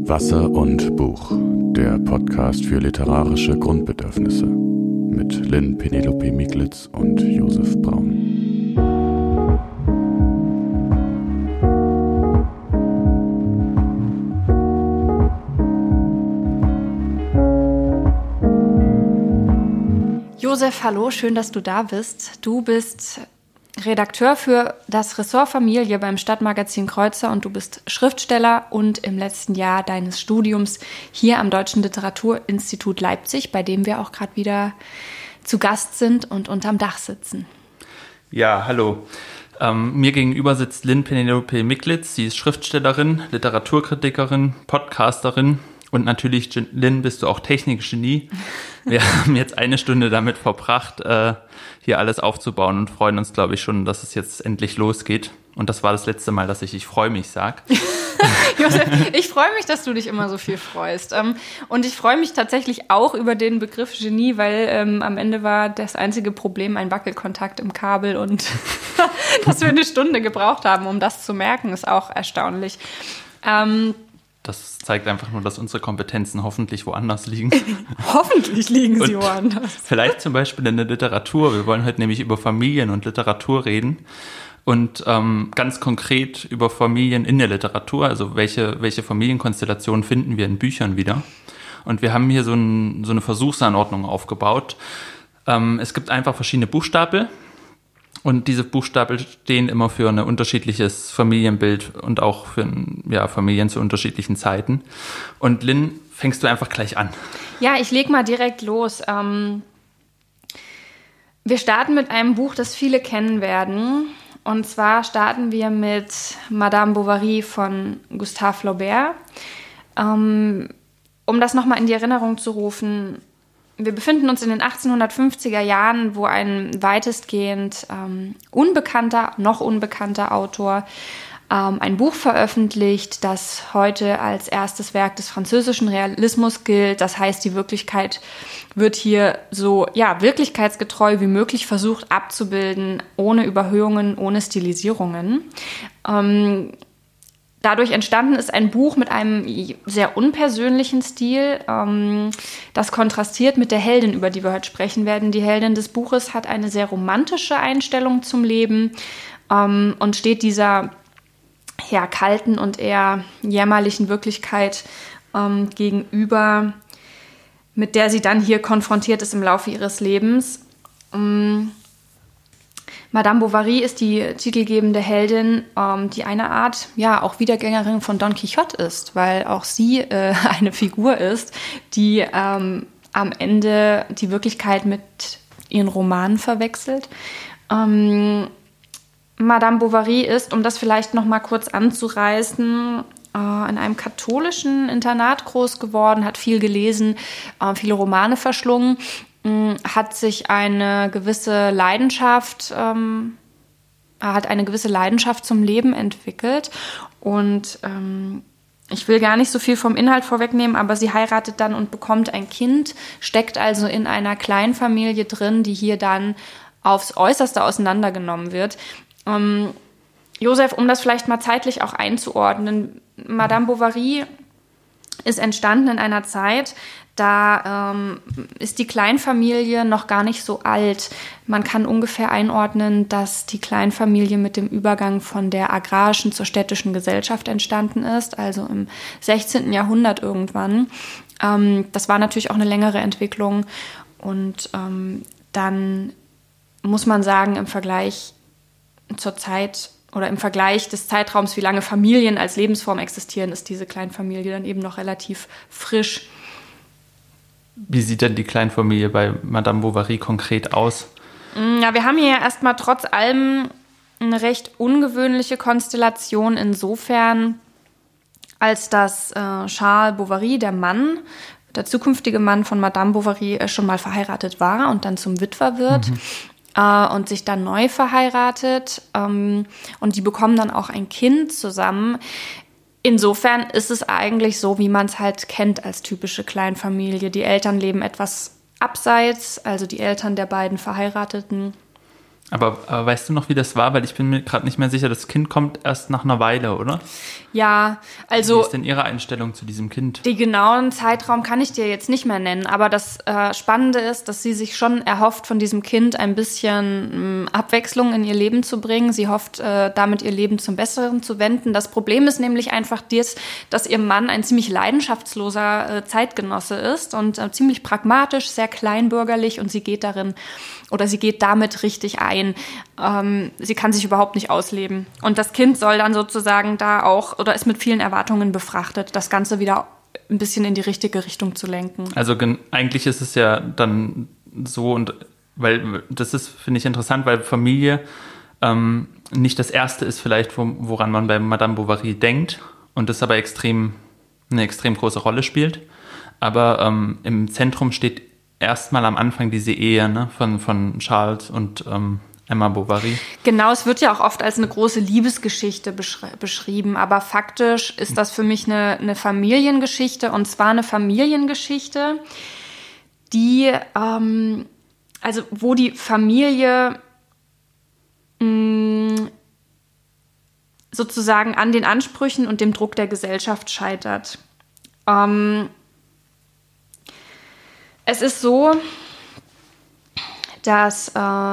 Wasser und Buch, der Podcast für literarische Grundbedürfnisse mit Lynn Penelope Miglitz und Josef Braun. Josef, hallo, schön, dass du da bist. Du bist Redakteur für das Ressort Familie beim Stadtmagazin Kreuzer und du bist Schriftsteller und im letzten Jahr deines Studiums hier am Deutschen Literaturinstitut Leipzig, bei dem wir auch gerade wieder zu Gast sind und unterm Dach sitzen. Ja, hallo. Mir gegenüber sitzt Lynn Penelope Miglitz. Sie ist Schriftstellerin, Literaturkritikerin, Podcasterin. Und natürlich, Lynn, bist du auch Technikgenie. Wir haben jetzt eine Stunde damit verbracht, hier alles aufzubauen und freuen uns, glaube ich, schon, dass es jetzt endlich losgeht. Und das war das letzte Mal, dass ich freue mich sage. Josef, ich freue mich, dass du dich immer so viel freust. Und ich freue mich tatsächlich auch über den Begriff Genie, weil am Ende war das einzige Problem ein Wackelkontakt im Kabel und dass wir eine Stunde gebraucht haben, um das zu merken, ist auch erstaunlich. Das zeigt einfach nur, dass unsere Kompetenzen hoffentlich woanders liegen. Hoffentlich liegen sie woanders. Vielleicht zum Beispiel in der Literatur. Wir wollen heute nämlich über Familien und Literatur reden. Und ganz konkret über Familien in der Literatur. Also welche Familienkonstellationen finden wir in Büchern wieder. Und wir haben hier so eine Versuchsanordnung aufgebaut. Es gibt einfach verschiedene Buchstaben. Und diese Buchstaben stehen immer für ein unterschiedliches Familienbild und auch für Familien zu unterschiedlichen Zeiten. Und Lynn, fängst du einfach gleich an? Ja, ich leg mal direkt los. Wir starten mit einem Buch, das viele kennen werden. Und zwar starten wir mit Madame Bovary von Gustave Flaubert. Um das nochmal in die Erinnerung zu rufen: Wir befinden uns in den 1850er Jahren, wo ein weitestgehend noch unbekannter Autor ein Buch veröffentlicht, das heute als erstes Werk des französischen Realismus gilt. Das heißt, die Wirklichkeit wird hier so wirklichkeitsgetreu wie möglich versucht abzubilden, ohne Überhöhungen, ohne Stilisierungen. Dadurch entstanden ist ein Buch mit einem sehr unpersönlichen Stil, das kontrastiert mit der Heldin, über die wir heute sprechen werden. Die Heldin des Buches hat eine sehr romantische Einstellung zum Leben und steht dieser kalten und eher jämmerlichen Wirklichkeit gegenüber, mit der sie dann hier konfrontiert ist im Laufe ihres Lebens. Madame Bovary ist die titelgebende Heldin, die eine Art, auch Wiedergängerin von Don Quixote ist, weil auch sie eine Figur ist, die am Ende die Wirklichkeit mit ihren Romanen verwechselt. Madame Bovary ist, um das vielleicht noch mal kurz anzureißen, in einem katholischen Internat groß geworden, hat viel gelesen, viele Romane verschlungen, hat sich eine gewisse Leidenschaft zum Leben entwickelt und ich will gar nicht so viel vom Inhalt vorwegnehmen, aber sie heiratet dann und bekommt ein Kind, steckt also in einer Kleinfamilie drin, die hier dann aufs Äußerste auseinandergenommen wird. Josef, um das vielleicht mal zeitlich auch einzuordnen, Madame Bovary ist entstanden in einer Zeit, da ist die Kleinfamilie noch gar nicht so alt. Man kann ungefähr einordnen, dass die Kleinfamilie mit dem Übergang von der agrarischen zur städtischen Gesellschaft entstanden ist, also im 16. Jahrhundert irgendwann. Das war natürlich auch eine längere Entwicklung. Und dann muss man sagen, im Vergleich zur Zeit oder im Vergleich des Zeitraums, wie lange Familien als Lebensform existieren, ist diese Kleinfamilie dann eben noch relativ frisch. Wie sieht denn die Kleinfamilie bei Madame Bovary konkret aus? Ja, wir haben hier ja erstmal trotz allem eine recht ungewöhnliche Konstellation insofern, als dass Charles Bovary, der Mann, der zukünftige Mann von Madame Bovary, schon mal verheiratet war und dann zum Witwer wird. Und sich dann neu verheiratet und die bekommen dann auch ein Kind zusammen. Insofern ist es eigentlich so, wie man es halt kennt als typische Kleinfamilie. Die Eltern leben etwas abseits, also die Eltern der beiden Verheirateten Aber weißt du noch, wie das war? Weil ich bin mir gerade nicht mehr sicher, das Kind kommt erst nach einer Weile, oder? Ja, also... Wie ist denn Ihre Einstellung zu diesem Kind? Den genauen Zeitraum kann ich dir jetzt nicht mehr nennen, aber das Spannende ist, dass sie sich schon erhofft, von diesem Kind ein bisschen Abwechslung in ihr Leben zu bringen. Sie hofft, damit ihr Leben zum Besseren zu wenden. Das Problem ist nämlich einfach dass ihr Mann ein ziemlich leidenschaftsloser Zeitgenosse ist und ziemlich pragmatisch, sehr kleinbürgerlich, und sie geht damit richtig ein. Sie kann sich überhaupt nicht ausleben. Und das Kind soll dann sozusagen da auch, oder ist mit vielen Erwartungen befrachtet, das Ganze wieder ein bisschen in die richtige Richtung zu lenken. Also eigentlich ist es ja dann so, und weil das ist, finde ich, interessant, weil Familie nicht das Erste ist vielleicht, woran man bei Madame Bovary denkt, und das aber eine extrem große Rolle spielt. Aber im Zentrum steht erstmal am Anfang diese Ehe, ne, von Charles und Emma Bovary. Genau, es wird ja auch oft als eine große Liebesgeschichte beschrieben, aber faktisch ist das für mich eine Familiengeschichte, und zwar eine Familiengeschichte, die, wo die Familie sozusagen an den Ansprüchen und dem Druck der Gesellschaft scheitert. Es ist so, dass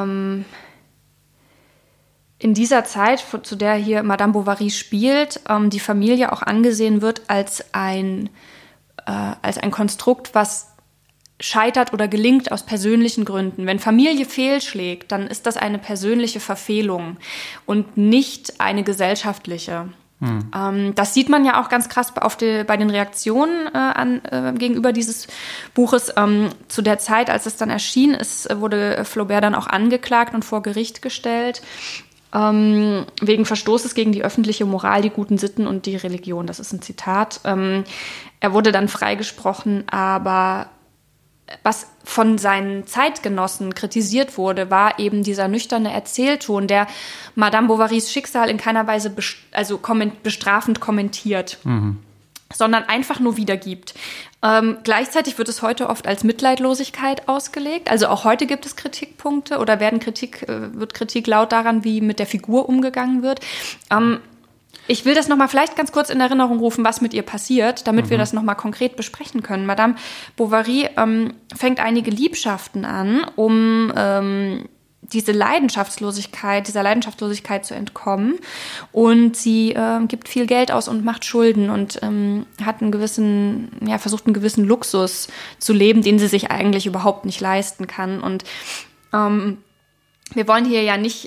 in dieser Zeit, zu der hier Madame Bovary spielt, die Familie auch angesehen wird als ein Konstrukt, was scheitert oder gelingt aus persönlichen Gründen. Wenn Familie fehlschlägt, dann ist das eine persönliche Verfehlung und nicht eine gesellschaftliche. Das sieht man ja auch ganz krass bei den Reaktionen gegenüber dieses Buches. Zu der Zeit, als es dann erschien, wurde Flaubert dann auch angeklagt und vor Gericht gestellt, wegen Verstoßes gegen die öffentliche Moral, die guten Sitten und die Religion. Das ist ein Zitat. Er wurde dann freigesprochen, aber was von seinen Zeitgenossen kritisiert wurde, war eben dieser nüchterne Erzählton, der Madame Bovarys Schicksal in keiner Weise bestrafend kommentiert, sondern einfach nur wiedergibt. Gleichzeitig wird es heute oft als Mitleidlosigkeit ausgelegt. Also auch heute gibt es Kritikpunkte oder wird Kritik laut daran, wie mit der Figur umgegangen wird. Ich will das nochmal vielleicht ganz kurz in Erinnerung rufen, was mit ihr passiert, damit wir das nochmal konkret besprechen können. Madame Bovary fängt einige Liebschaften an, um dieser Leidenschaftslosigkeit zu entkommen. Und sie gibt viel Geld aus und macht Schulden und versucht einen gewissen Luxus zu leben, den sie sich eigentlich überhaupt nicht leisten kann. Und wir wollen hier ja nicht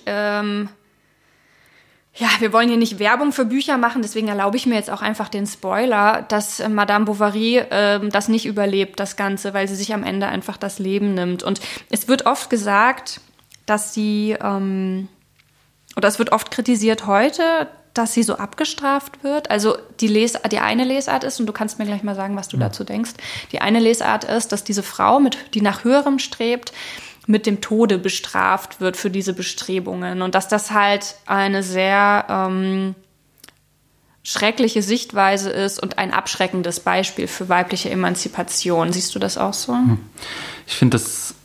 Werbung für Bücher machen, deswegen erlaube ich mir jetzt auch einfach den Spoiler, dass Madame Bovary das nicht überlebt, das Ganze, weil sie sich am Ende einfach das Leben nimmt. Und es wird oft gesagt, dass sie, oder es wird oft kritisiert heute, dass sie so abgestraft wird. Also die eine Lesart ist, und du kannst mir gleich mal sagen, was du dazu denkst, die eine Lesart ist, dass diese Frau, die nach Höherem strebt, mit dem Tode bestraft wird für diese Bestrebungen, und dass das halt eine sehr schreckliche Sichtweise ist und ein abschreckendes Beispiel für weibliche Emanzipation. Siehst du das auch so? Ich finde das,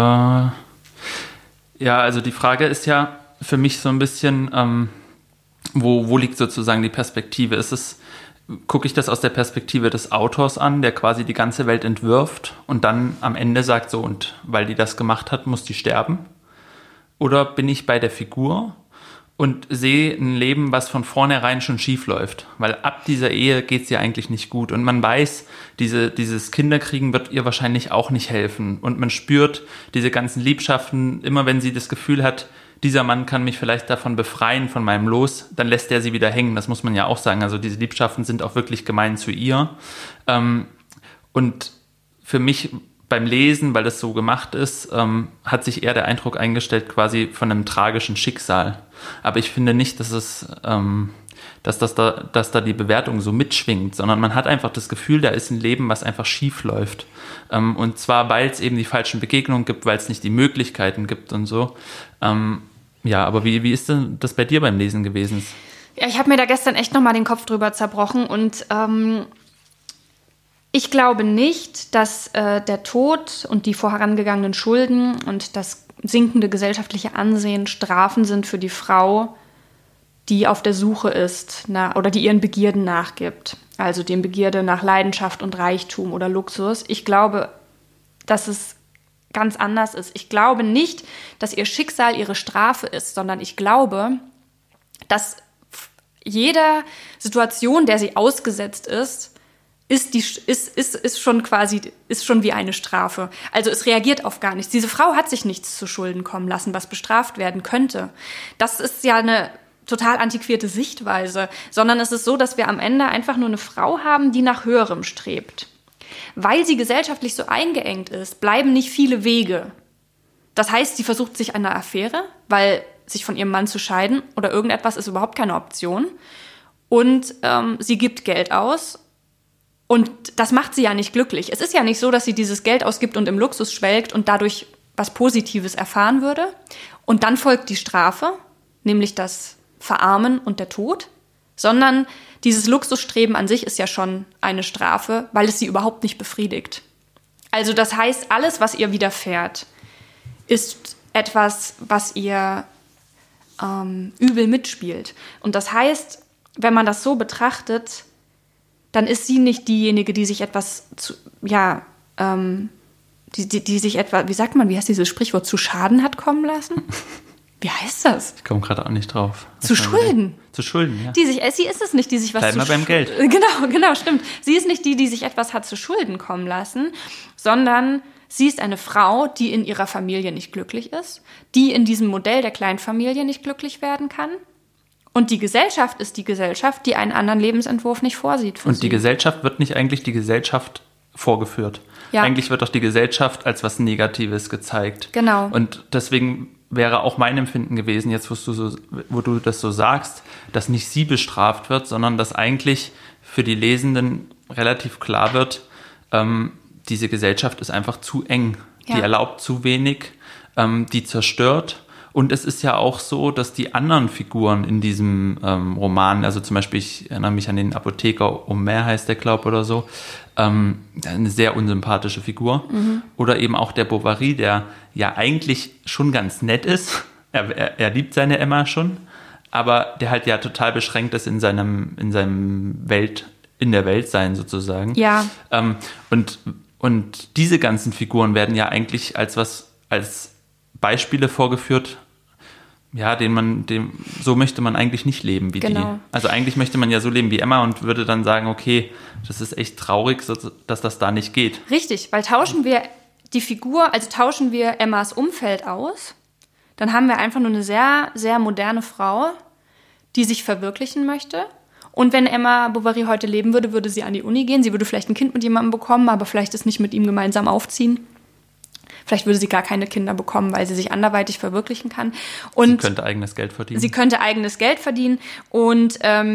also die Frage ist ja für mich so ein bisschen, wo liegt sozusagen die Perspektive? Gucke ich das aus der Perspektive des Autors an, der quasi die ganze Welt entwirft und dann am Ende sagt, so, und weil die das gemacht hat, muss die sterben? Oder bin ich bei der Figur und sehe ein Leben, was von vornherein schon schief läuft? Weil ab dieser Ehe geht es ihr eigentlich nicht gut. Und man weiß, dieses Kinderkriegen wird ihr wahrscheinlich auch nicht helfen. Und man spürt diese ganzen Liebschaften, immer wenn sie das Gefühl hat, dieser Mann kann mich vielleicht davon befreien, von meinem Los, dann lässt er sie wieder hängen. Das muss man ja auch sagen. Also diese Liebschaften sind auch wirklich gemein zu ihr. Und für mich beim Lesen, weil das so gemacht ist, hat sich eher der Eindruck eingestellt quasi von einem tragischen Schicksal. Aber ich finde nicht, dass da die Bewertung so mitschwingt, sondern man hat einfach das Gefühl, da ist ein Leben, was einfach schief läuft. Und zwar, weil es eben die falschen Begegnungen gibt, weil es nicht die Möglichkeiten gibt und so. Aber wie ist denn das bei dir beim Lesen gewesen? Ja, ich habe mir da gestern echt nochmal den Kopf drüber zerbrochen, und ich glaube nicht, dass der Tod und die vorangegangenen Schulden und das sinkende gesellschaftliche Ansehen Strafen sind für die Frau, die auf der Suche ist oder die ihren Begierden nachgibt. Also dem Begierde nach Leidenschaft und Reichtum oder Luxus. Ich glaube, dass es ganz anders ist. Ich glaube nicht, dass ihr Schicksal ihre Strafe ist, sondern ich glaube, dass jede Situation, der sie ausgesetzt ist schon wie eine Strafe. Also es reagiert auf gar nichts. Diese Frau hat sich nichts zu Schulden kommen lassen, was bestraft werden könnte. Das ist ja eine total antiquierte Sichtweise, sondern es ist so, dass wir am Ende einfach nur eine Frau haben, die nach Höherem strebt. Weil sie gesellschaftlich so eingeengt ist, bleiben nicht viele Wege. Das heißt, sie versucht sich eine Affäre, weil sich von ihrem Mann zu scheiden oder irgendetwas ist überhaupt keine Option. Und sie gibt Geld aus. Und das macht sie ja nicht glücklich. Es ist ja nicht so, dass sie dieses Geld ausgibt und im Luxus schwelgt und dadurch was Positives erfahren würde. Und dann folgt die Strafe, nämlich das Verarmen und der Tod. Sondern dieses Luxusstreben an sich ist ja schon eine Strafe, weil es sie überhaupt nicht befriedigt. Also das heißt, alles, was ihr widerfährt, ist etwas, was ihr übel mitspielt. Und das heißt, wenn man das so betrachtet, dann ist sie nicht diejenige, die sich etwas die sich etwa, wie heißt dieses Sprichwort, zu Schaden hat kommen lassen? Wie heißt das? Ich komme gerade auch nicht drauf. Zu Schulden. Zu Schulden, ja. Sie ist es nicht, die sich was Bleib mal beim Geld. Genau, stimmt. Sie ist nicht die sich etwas hat zu Schulden kommen lassen, sondern sie ist eine Frau, die in ihrer Familie nicht glücklich ist, die in diesem Modell der Kleinfamilie nicht glücklich werden kann. Und die Gesellschaft ist die Gesellschaft, die einen anderen Lebensentwurf nicht vorsieht für sie. Und die Gesellschaft wird nicht eigentlich die Gesellschaft vorgeführt. Ja. Eigentlich wird doch die Gesellschaft als was Negatives gezeigt. Genau. Und deswegen wäre auch mein Empfinden gewesen, jetzt wo du das so sagst, dass nicht sie bestraft wird, sondern dass eigentlich für die Lesenden relativ klar wird, diese Gesellschaft ist einfach zu eng. Ja. Die erlaubt zu wenig, die zerstört. Und es ist ja auch so, dass die anderen Figuren in diesem Roman, also zum Beispiel, ich erinnere mich an den Apotheker Omer, heißt der, glaube ich, oder so, eine sehr unsympathische Figur. Mhm. Oder eben auch der Bovary, der ja eigentlich schon ganz nett ist. Er liebt seine Emma schon, aber der halt ja total beschränkt ist in der Weltsein sozusagen. Ja. Und diese ganzen Figuren werden ja eigentlich als Beispiele vorgeführt, ja, so möchte man eigentlich nicht leben wie die. Also eigentlich möchte man ja so leben wie Emma und würde dann sagen, okay, das ist echt traurig, dass das da nicht geht. Richtig, weil tauschen wir Emmas Umfeld aus, dann haben wir einfach nur eine sehr, sehr moderne Frau, die sich verwirklichen möchte. Und wenn Emma Bovary heute leben würde, würde sie an die Uni gehen. Sie würde vielleicht ein Kind mit jemandem bekommen, aber vielleicht es nicht mit ihm gemeinsam aufziehen. Vielleicht würde sie gar keine Kinder bekommen, weil sie sich anderweitig verwirklichen kann. Und sie könnte eigenes Geld verdienen. Und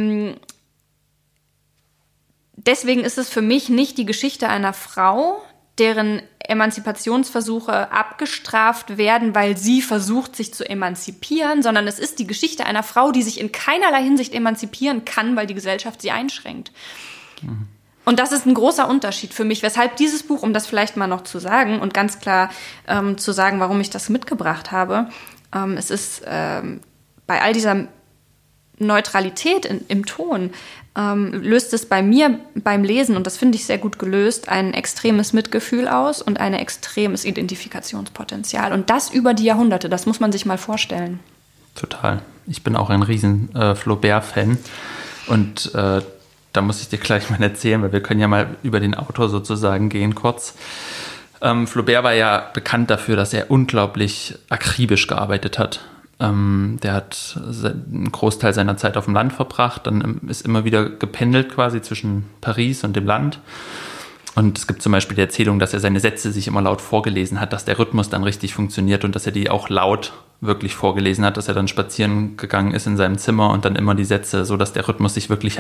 deswegen ist es für mich nicht die Geschichte einer Frau, deren Emanzipationsversuche abgestraft werden, weil sie versucht, sich zu emanzipieren, sondern es ist die Geschichte einer Frau, die sich in keinerlei Hinsicht emanzipieren kann, weil die Gesellschaft sie einschränkt. Mhm. Und das ist ein großer Unterschied für mich, weshalb dieses Buch, um das vielleicht mal noch zu sagen und ganz klar zu sagen, warum ich das mitgebracht habe, es ist bei all dieser Neutralität im Ton, löst es bei mir beim Lesen, und das finde ich sehr gut gelöst, ein extremes Mitgefühl aus und ein extremes Identifikationspotenzial. Und das über die Jahrhunderte, das muss man sich mal vorstellen. Total. Ich bin auch ein riesen Flaubert-Fan und da muss ich dir gleich mal erzählen, weil wir können ja mal über den Autor sozusagen gehen kurz. Flaubert war ja bekannt dafür, dass er unglaublich akribisch gearbeitet hat. Der hat einen Großteil seiner Zeit auf dem Land verbracht, dann ist immer wieder gependelt quasi zwischen Paris und dem Land. Und es gibt zum Beispiel die Erzählung, dass er seine Sätze sich immer laut vorgelesen hat, dass der Rhythmus dann richtig funktioniert und dass er die auch laut wirklich vorgelesen hat, dass er dann spazieren gegangen ist in seinem Zimmer und dann immer die Sätze, so dass der Rhythmus sich wirklich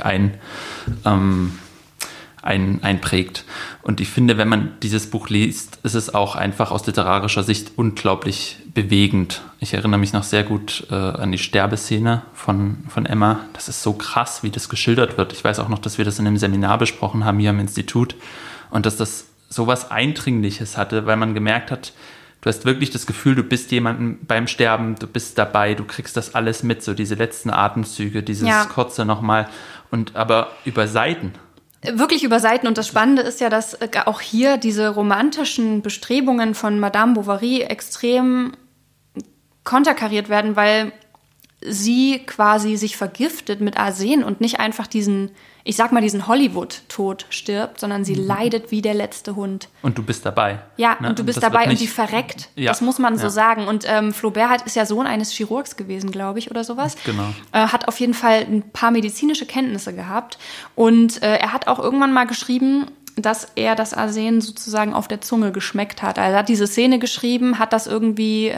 einprägt. Und ich finde, wenn man dieses Buch liest, ist es auch einfach aus literarischer Sicht unglaublich bewegend. Ich erinnere mich noch sehr gut an die Sterbeszene von Emma. Das ist so krass, wie das geschildert wird. Ich weiß auch noch, dass wir das in einem Seminar besprochen haben hier am Institut und dass das so was Eindringliches hatte, weil man gemerkt hat, du hast wirklich das Gefühl, du bist jemandem beim Sterben, du bist dabei, du kriegst das alles mit, so diese letzten Atemzüge, dieses kurze nochmal, aber über Seiten. Wirklich über Seiten. Und das Spannende ist ja, dass auch hier diese romantischen Bestrebungen von Madame Bovary extrem konterkariert werden, weil sie quasi sich vergiftet mit Arsen und nicht einfach diesen Hollywood-Tod stirbt, sondern sie leidet wie der letzte Hund. Und du bist dabei. Ja, ne? Und du bist dabei und die verreckt. Ja. Das muss man so sagen. Und Flaubert ist ja Sohn eines Chirurgs gewesen, glaube ich, oder sowas. Genau. Hat auf jeden Fall ein paar medizinische Kenntnisse gehabt. Und er hat auch irgendwann mal geschrieben, dass er das Arsen sozusagen auf der Zunge geschmeckt hat. Also er hat diese Szene geschrieben, hat das irgendwie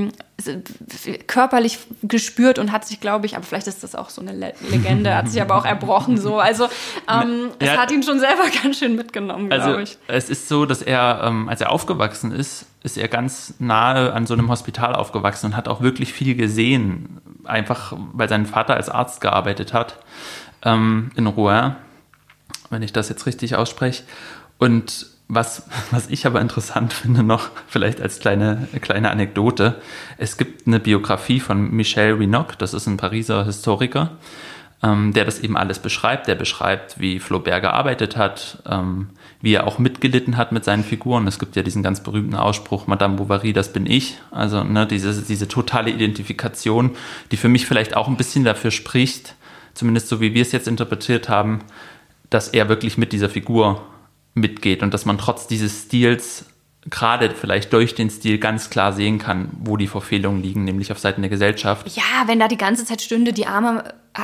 körperlich gespürt und hat sich, glaube ich, aber vielleicht ist das auch so eine Legende, hat sich aber auch erbrochen so. Also es hat ihn schon selber ganz schön mitgenommen, glaube ich. Es ist so, dass er, als er aufgewachsen ist er ganz nahe an so einem Hospital aufgewachsen und hat auch wirklich viel gesehen, einfach weil sein Vater als Arzt gearbeitet hat in Rouen, wenn ich das jetzt richtig ausspreche. Und was ich aber interessant finde noch, vielleicht als kleine Anekdote, es gibt eine Biografie von Michel Rinoc, das ist ein Pariser Historiker, der das eben alles beschreibt. Der beschreibt, wie Flaubert gearbeitet hat, wie er auch mitgelitten hat mit seinen Figuren. Es gibt ja diesen ganz berühmten Ausspruch, Madame Bovary, das bin ich. Also diese totale Identifikation, die für mich vielleicht auch ein bisschen dafür spricht, zumindest so wie wir es jetzt interpretiert haben, dass er wirklich mit dieser Figur mitgeht und dass man trotz dieses Stils, gerade vielleicht durch den Stil, ganz klar sehen kann, wo die Verfehlungen liegen, nämlich auf Seiten der Gesellschaft. Ja, wenn da die ganze Zeit stünde, die arme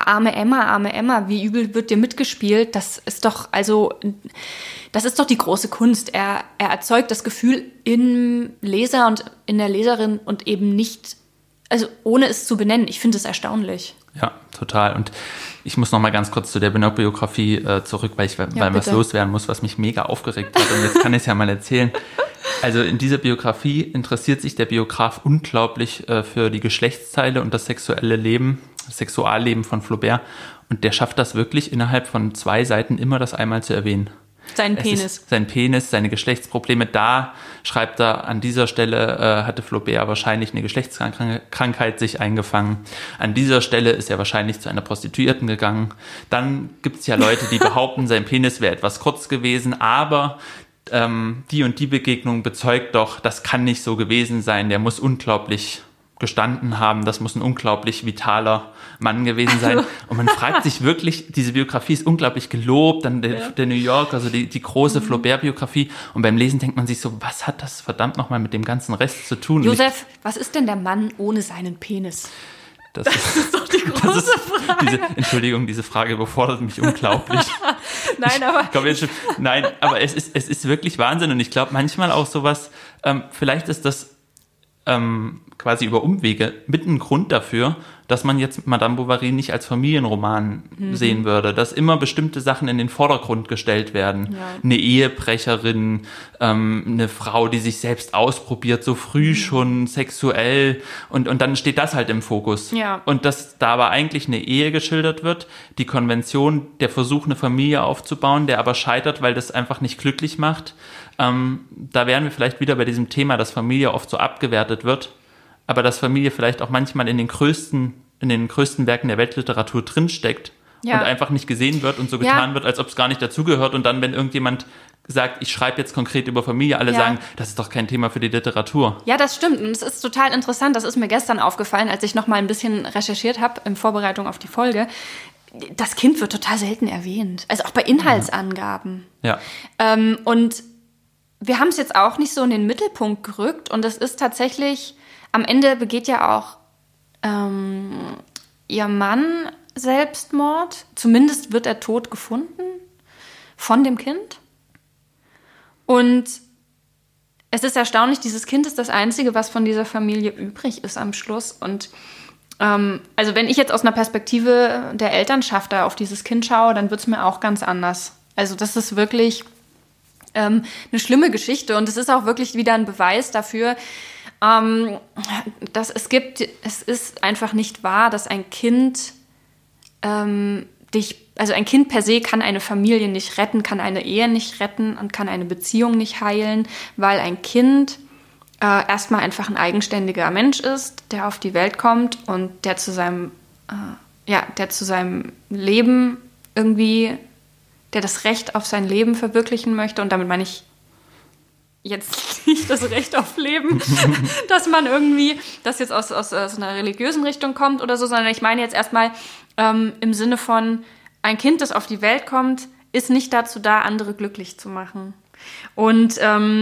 Emma, wie übel wird dir mitgespielt, das ist doch die große Kunst. Er erzeugt das Gefühl im Leser und in der Leserin und eben nicht, also ohne es zu benennen. Ich finde es erstaunlich. Ja, total. Und ich muss noch mal ganz kurz zu der Binoc-Biografie zurück, weil was loswerden muss, was mich mega aufgeregt hat. Und jetzt kann ich es ja mal erzählen. Also in dieser Biografie interessiert sich der Biograf unglaublich für die Geschlechtsteile und das Sexualleben von Flaubert. Und der schafft das wirklich innerhalb von 2 Seiten immer das einmal zu erwähnen. Sein Penis, seine Geschlechtsprobleme. Da schreibt er, an dieser Stelle hatte Flaubert wahrscheinlich eine Geschlechtskrankheit sich eingefangen. An dieser Stelle ist er wahrscheinlich zu einer Prostituierten gegangen. Dann gibt es ja Leute, die behaupten, sein Penis wäre etwas kurz gewesen, aber die und die Begegnung bezeugt doch, das kann nicht so gewesen sein. Der muss unglaublich gestanden haben, das muss ein unglaublich vitaler Mann gewesen sein. Und man fragt sich wirklich, diese Biografie ist unglaublich gelobt, dann der New York, also die große Flaubert-Biografie. Und beim Lesen denkt man sich so, was hat das verdammt nochmal mit dem ganzen Rest zu tun? Josef, was ist denn der Mann ohne seinen Penis? Das ist doch die große Frage. Diese Frage überfordert mich unglaublich. Aber es ist wirklich Wahnsinn. Und ich glaube manchmal auch sowas, vielleicht ist das quasi über Umwege mit ein Grund dafür, dass man jetzt Madame Bovary nicht als Familienroman sehen würde, dass immer bestimmte Sachen in den Vordergrund gestellt werden. Ja. Eine Ehebrecherin, eine Frau, die sich selbst ausprobiert, so früh schon sexuell und dann steht das halt im Fokus. Ja. Und dass da aber eigentlich eine Ehe geschildert wird, die Konvention, der Versuch, eine Familie aufzubauen, der aber scheitert, weil das einfach nicht glücklich macht. Da wären wir vielleicht wieder bei diesem Thema, dass Familie oft so abgewertet wird, aber dass Familie vielleicht auch manchmal in den größten Werken der Weltliteratur drinsteckt und einfach nicht gesehen wird und so getan wird, als ob es gar nicht dazugehört. Und dann, wenn irgendjemand sagt, ich schreibe jetzt konkret über Familie, alle sagen, das ist doch kein Thema für die Literatur. Ja, das stimmt. Und es ist total interessant. Das ist mir gestern aufgefallen, als ich noch mal ein bisschen recherchiert habe in Vorbereitung auf die Folge. Das Kind wird total selten erwähnt. Also auch bei Inhaltsangaben. Ja. Und wir haben es jetzt auch nicht so in den Mittelpunkt gerückt. Und es ist tatsächlich, am Ende begeht ja auch ihr Mann Selbstmord. Zumindest wird er tot gefunden von dem Kind. Und es ist erstaunlich, dieses Kind ist das Einzige, was von dieser Familie übrig ist am Schluss. Und also wenn ich jetzt aus einer Perspektive der Elternschaft da auf dieses Kind schaue, dann wird es mir auch ganz anders. Also das ist wirklich eine schlimme Geschichte. Und es ist auch wirklich wieder ein Beweis dafür, dass es ist einfach nicht wahr, dass ein Kind ein Kind per se kann eine Familie nicht retten, kann eine Ehe nicht retten und kann eine Beziehung nicht heilen, weil ein Kind erstmal einfach ein eigenständiger Mensch ist, der auf die Welt kommt und der zu seinem Leben irgendwie, der das Recht auf sein Leben verwirklichen möchte. Und damit meine ich jetzt nicht das Recht auf Leben, dass man irgendwie, das jetzt aus einer religiösen Richtung kommt oder so, sondern ich meine jetzt erstmal im Sinne von, ein Kind, das auf die Welt kommt, ist nicht dazu da, andere glücklich zu machen. Und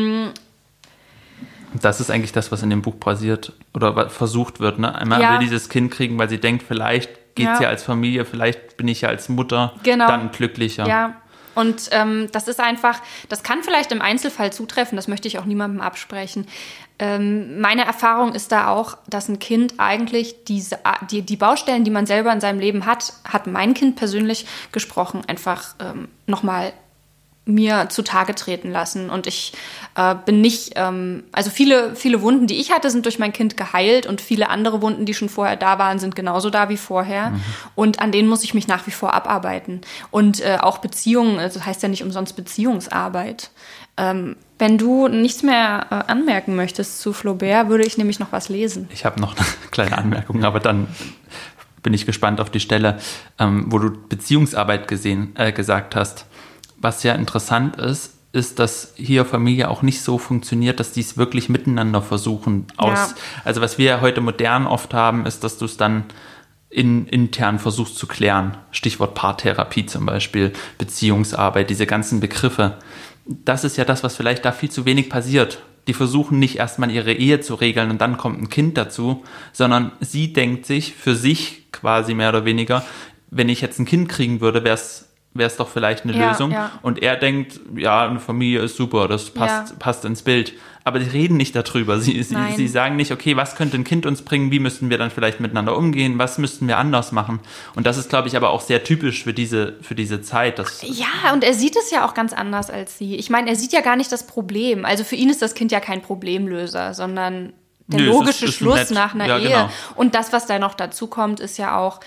das ist eigentlich das, was in dem Buch passiert oder versucht wird. Ne? Einmal will dieses Kind kriegen, weil sie denkt, vielleicht geht es ja als Familie, vielleicht bin ich ja als Mutter dann glücklicher. Ja, und das ist einfach, das kann vielleicht im Einzelfall zutreffen, das möchte ich auch niemandem absprechen. Meine Erfahrung ist da auch, dass ein Kind eigentlich die Baustellen, die man selber in seinem Leben hat mein Kind persönlich gesprochen, einfach nochmal mir zutage treten lassen. Und ich bin nicht, also viele Wunden, die ich hatte, sind durch mein Kind geheilt und viele andere Wunden, die schon vorher da waren, sind genauso da wie vorher. Und an denen muss ich mich nach wie vor abarbeiten. Und auch Beziehungen, also das heißt ja nicht umsonst Beziehungsarbeit. Wenn du nichts mehr anmerken möchtest zu Flaubert, würde ich nämlich noch was lesen. Ich habe noch eine kleine Anmerkung, aber dann bin ich gespannt auf die Stelle, wo du Beziehungsarbeit gesagt hast. Was ja interessant ist, dass hier Familie auch nicht so funktioniert, dass die es wirklich miteinander versuchen. Also was wir ja heute modern oft haben, ist, dass du es dann intern versuchst zu klären. Stichwort Paartherapie zum Beispiel, Beziehungsarbeit, diese ganzen Begriffe. Das ist ja das, was vielleicht da viel zu wenig passiert. Die versuchen nicht erstmal ihre Ehe zu regeln und dann kommt ein Kind dazu, sondern sie denkt sich für sich quasi mehr oder weniger, wenn ich jetzt ein Kind kriegen würde, wäre es doch vielleicht eine Lösung. Ja. Und er denkt, ja, eine Familie ist super, das passt ins Bild. Aber die reden nicht darüber. Sie sagen nicht, okay, was könnte ein Kind uns bringen, wie müssten wir dann vielleicht miteinander umgehen, was müssten wir anders machen. Und das ist, glaube ich, aber auch sehr typisch für diese Zeit. Ja, und er sieht es ja auch ganz anders als sie. Ich meine, er sieht ja gar nicht das Problem. Also für ihn ist das Kind ja kein Problemlöser, sondern der logische Schluss nach einer Ehe. Genau. Und das, was da noch dazu kommt, ist ja auch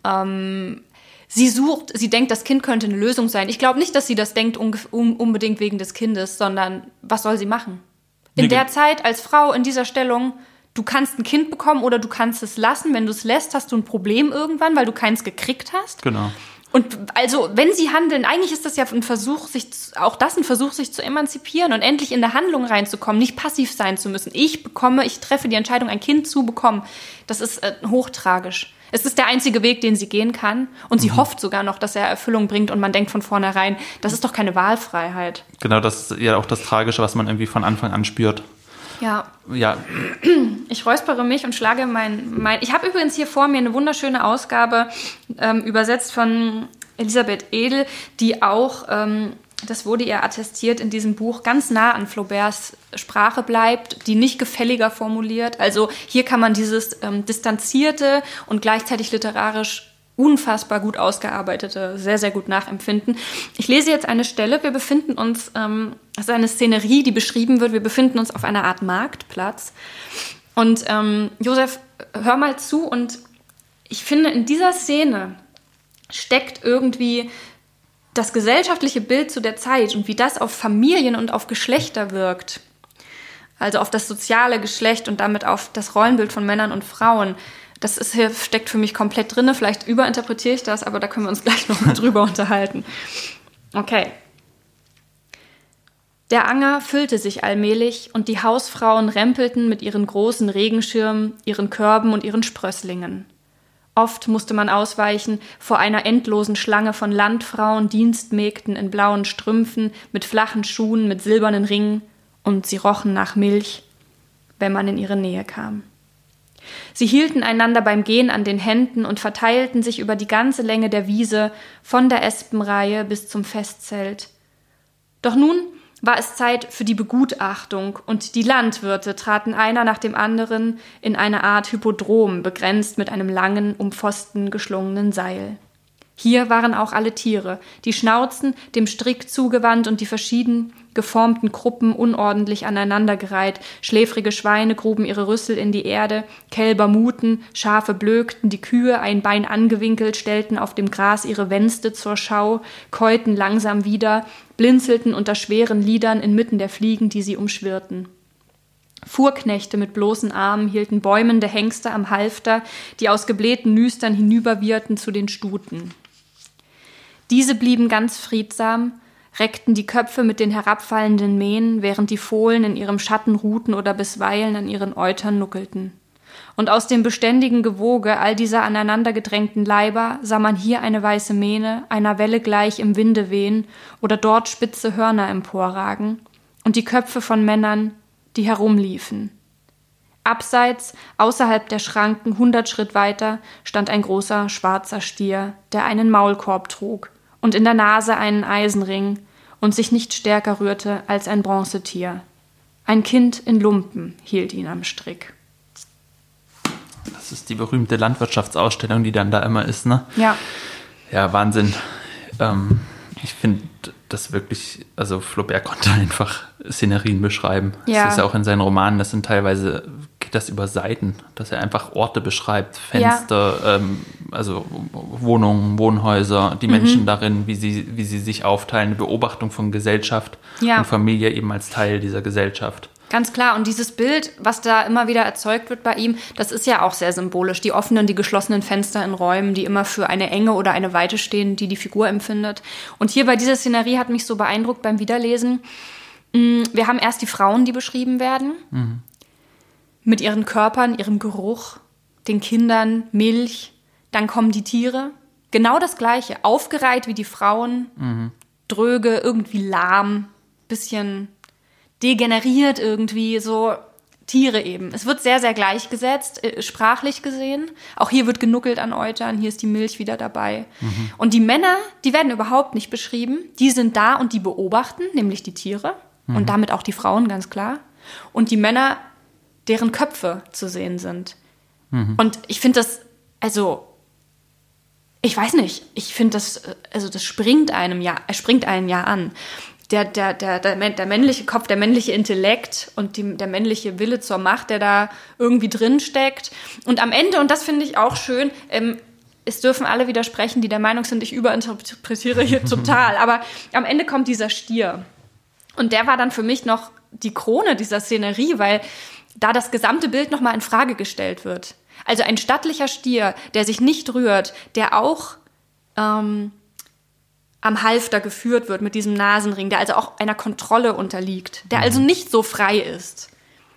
sie denkt, das Kind könnte eine Lösung sein. Ich glaube nicht, dass sie das denkt unbedingt wegen des Kindes, sondern was soll sie machen? In der Zeit als Frau in dieser Stellung, du kannst ein Kind bekommen oder du kannst es lassen. Wenn du es lässt, hast du ein Problem irgendwann, weil du keins gekriegt hast. Genau. Und also, wenn sie handeln, eigentlich ist das ja ein Versuch, sich zu emanzipieren und endlich in der Handlung reinzukommen, nicht passiv sein zu müssen. Ich treffe die Entscheidung, ein Kind zu bekommen. Das ist hochtragisch. Es ist der einzige Weg, den sie gehen kann. Und sie hofft sogar noch, dass er Erfüllung bringt. Und man denkt von vornherein, das ist doch keine Wahlfreiheit. Genau, das ist ja auch das Tragische, was man irgendwie von Anfang an spürt. Ja. Ich räuspere mich und schlage Ich habe übrigens hier vor mir eine wunderschöne Ausgabe, übersetzt von Elisabeth Edel, die auch, das wurde ihr attestiert in diesem Buch, ganz nah an Flauberts Sprache bleibt, die nicht gefälliger formuliert. Also hier kann man dieses distanzierte und gleichzeitig literarisch unfassbar gut ausgearbeitete, sehr, sehr gut nachempfinden. Ich lese jetzt eine Stelle. Wir befinden uns, das ist eine Szenerie, die beschrieben wird. Wir befinden uns auf einer Art Marktplatz. Und Josef, hör mal zu. Und ich finde, in dieser Szene steckt irgendwie das gesellschaftliche Bild zu der Zeit und wie das auf Familien und auf Geschlechter wirkt. Also auf das soziale Geschlecht und damit auf das Rollenbild von Männern und Frauen. Das steckt für mich komplett drin. Vielleicht überinterpretiere ich das, aber da können wir uns gleich noch mal drüber unterhalten. Okay. Der Anger füllte sich allmählich und die Hausfrauen rempelten mit ihren großen Regenschirmen, ihren Körben und ihren Sprösslingen. Oft musste man ausweichen vor einer endlosen Schlange von Landfrauen, Dienstmägden in blauen Strümpfen, mit flachen Schuhen, mit silbernen Ringen, und sie rochen nach Milch, wenn man in ihre Nähe kam. Sie hielten einander beim Gehen an den Händen und verteilten sich über die ganze Länge der Wiese, von der Espenreihe bis zum Festzelt. Doch nun war es Zeit für die Begutachtung, und die Landwirte traten einer nach dem anderen in eine Art Hippodrom, begrenzt mit einem langen, um Pfosten geschlungenen Seil. Hier waren auch alle Tiere, die Schnauzen dem Strick zugewandt und die verschieden geformten Gruppen unordentlich aneinandergereiht. Schläfrige Schweine gruben ihre Rüssel in die Erde, Kälber muten, Schafe blökten, die Kühe, ein Bein angewinkelt, stellten auf dem Gras ihre Wänste zur Schau, käuten langsam wieder, blinzelten unter schweren Lidern inmitten der Fliegen, die sie umschwirrten. Fuhrknechte mit bloßen Armen hielten bäumende Hengste am Halfter, die aus geblähten Nüstern hinüberwirrten zu den Stuten. Diese blieben ganz friedsam, reckten die Köpfe mit den herabfallenden Mähen, während die Fohlen in ihrem Schatten ruhten oder bisweilen an ihren Eutern nuckelten. Und aus dem beständigen Gewoge all dieser aneinander gedrängten Leiber sah man hier eine weiße Mähne, einer Welle gleich im Winde wehen oder dort spitze Hörner emporragen und die Köpfe von Männern, die herumliefen. Abseits, außerhalb der Schranken, 100 Schritt weiter, stand ein großer, schwarzer Stier, der einen Maulkorb trug und in der Nase einen Eisenring und sich nicht stärker rührte als ein Bronzetier. Ein Kind in Lumpen hielt ihn am Strick. Das ist die berühmte Landwirtschaftsausstellung, die dann da immer ist, ne? Ja. Ja, Wahnsinn. Ich finde das wirklich, also Flaubert konnte einfach Szenerien beschreiben. Ja. Das ist ja auch in seinen Romanen, das sind teilweise, geht das über Seiten, dass er einfach Orte beschreibt, Fenster, also Wohnungen, Wohnhäuser, die Menschen darin, wie sie sich aufteilen, eine Beobachtung von Gesellschaft und Familie eben als Teil dieser Gesellschaft. Ganz klar. Und dieses Bild, was da immer wieder erzeugt wird bei ihm, das ist ja auch sehr symbolisch. Die offenen, die geschlossenen Fenster in Räumen, die immer für eine Enge oder eine Weite stehen, die die Figur empfindet. Und hier bei dieser Szenerie hat mich so beeindruckt beim Wiederlesen. Wir haben erst die Frauen, die beschrieben werden. Mhm. Mit ihren Körpern, ihrem Geruch, den Kindern, Milch. Dann kommen die Tiere. Genau das Gleiche. Aufgereiht wie die Frauen. Dröge, irgendwie lahm, bisschen degeneriert irgendwie, so Tiere eben. Es wird sehr, sehr gleichgesetzt, sprachlich gesehen. Auch hier wird genuckelt an Eutern, hier ist die Milch wieder dabei. Und die Männer, die werden überhaupt nicht beschrieben. Die sind da und die beobachten, nämlich die Tiere und damit auch die Frauen, ganz klar. Und die Männer, deren Köpfe zu sehen sind. Und ich finde das, also, ich weiß nicht, ich finde das, also das springt einem ja an. Der männliche Kopf, der männliche Intellekt und der männliche Wille zur Macht, der da irgendwie drin steckt. Und am Ende, und das finde ich auch schön, es dürfen alle widersprechen, die der Meinung sind, ich überinterpretiere hier total, aber am Ende kommt dieser Stier. Und der war dann für mich noch die Krone dieser Szenerie, weil da das gesamte Bild nochmal in Frage gestellt wird. Also ein stattlicher Stier, der sich nicht rührt, der auch am Halfter geführt wird mit diesem Nasenring, der also auch einer Kontrolle unterliegt, der also nicht so frei ist,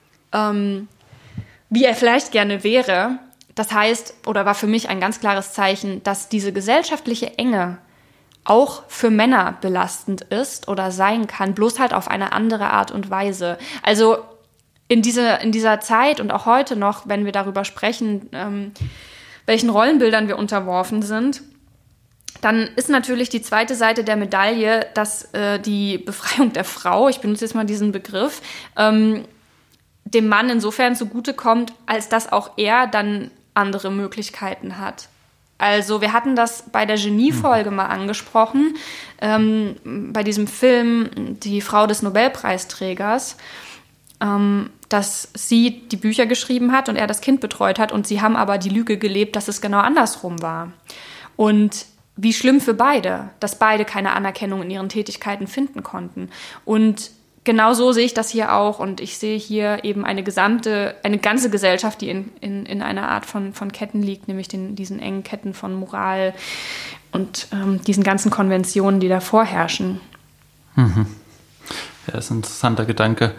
wie er vielleicht gerne wäre. Das heißt, oder war für mich ein ganz klares Zeichen, dass diese gesellschaftliche Enge auch für Männer belastend ist oder sein kann, bloß halt auf eine andere Art und Weise. Also in dieser Zeit und auch heute noch, wenn wir darüber sprechen, welchen Rollenbildern wir unterworfen sind, dann ist natürlich die zweite Seite der Medaille, dass die Befreiung der Frau, ich benutze jetzt mal diesen Begriff, dem Mann insofern zugutekommt, als dass auch er dann andere Möglichkeiten hat. Also wir hatten das bei der Genie-Folge mal angesprochen, bei diesem Film Die Frau des Nobelpreisträgers, dass sie die Bücher geschrieben hat und er das Kind betreut hat und sie haben aber die Lüge gelebt, dass es genau andersrum war. Und wie schlimm für beide, dass beide keine Anerkennung in ihren Tätigkeiten finden konnten. Und genau so sehe ich das hier auch. Und ich sehe hier eben eine ganze Gesellschaft, die in einer Art von Ketten liegt, nämlich diesen engen Ketten von Moral und diesen ganzen Konventionen, die da vorherrschen. Ja, das ist ein interessanter Gedanke.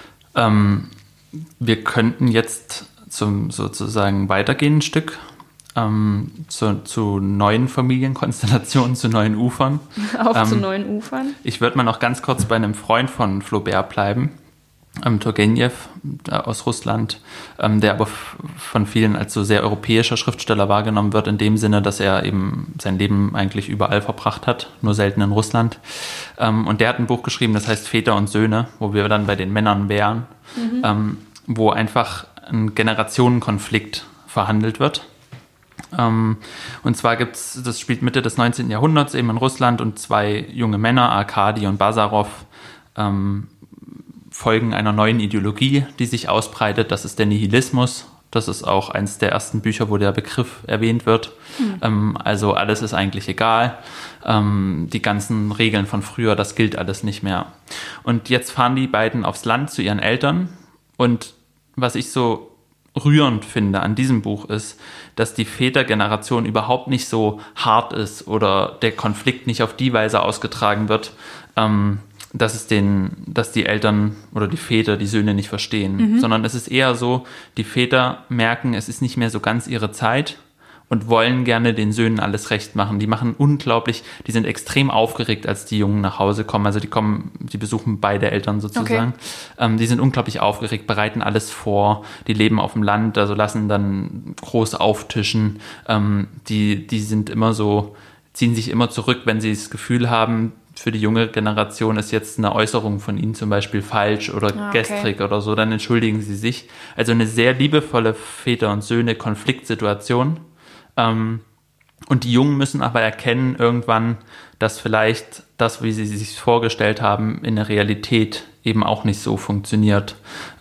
Wir könnten jetzt zum sozusagen weitergehen ein Stück. Zu neuen Familienkonstellationen, zu neuen Ufern. Zu neuen Ufern. Ich würde mal noch ganz kurz bei einem Freund von Flaubert bleiben, Turgenew aus Russland, der aber von vielen als so sehr europäischer Schriftsteller wahrgenommen wird, in dem Sinne, dass er eben sein Leben eigentlich überall verbracht hat, nur selten in Russland. Und der hat ein Buch geschrieben, das heißt Väter und Söhne, wo wir dann bei den Männern wären, wo einfach ein Generationenkonflikt verhandelt wird. Und zwar das spielt Mitte des 19. Jahrhunderts eben in Russland und zwei junge Männer, Arkadi und Bazarov, folgen einer neuen Ideologie, die sich ausbreitet. Das ist der Nihilismus. Das ist auch eines der ersten Bücher, wo der Begriff erwähnt wird. Also alles ist eigentlich egal. Die ganzen Regeln von früher, das gilt alles nicht mehr. Und jetzt fahren die beiden aufs Land zu ihren Eltern und was ich so rührend finde an diesem Buch ist, dass die Vätergeneration überhaupt nicht so hart ist oder der Konflikt nicht auf die Weise ausgetragen wird, dass die Eltern oder die Väter die Söhne nicht verstehen, sondern es ist eher so, die Väter merken, es ist nicht mehr so ganz ihre Zeit und wollen gerne den Söhnen alles recht machen. Die sind extrem aufgeregt, als die Jungen nach Hause kommen. Also die besuchen beide Eltern sozusagen. Okay. Die sind unglaublich aufgeregt, bereiten alles vor. Die leben auf dem Land, also lassen dann groß auftischen. Die sind immer so, ziehen sich immer zurück, wenn sie das Gefühl haben, für die junge Generation ist jetzt eine Äußerung von ihnen zum Beispiel falsch oder gestrig oder so, dann entschuldigen sie sich. Also eine sehr liebevolle Väter- und Söhne-Konfliktsituation. Und die Jungen müssen aber erkennen irgendwann, dass vielleicht das, wie sie sich vorgestellt haben, in der Realität eben auch nicht so funktioniert.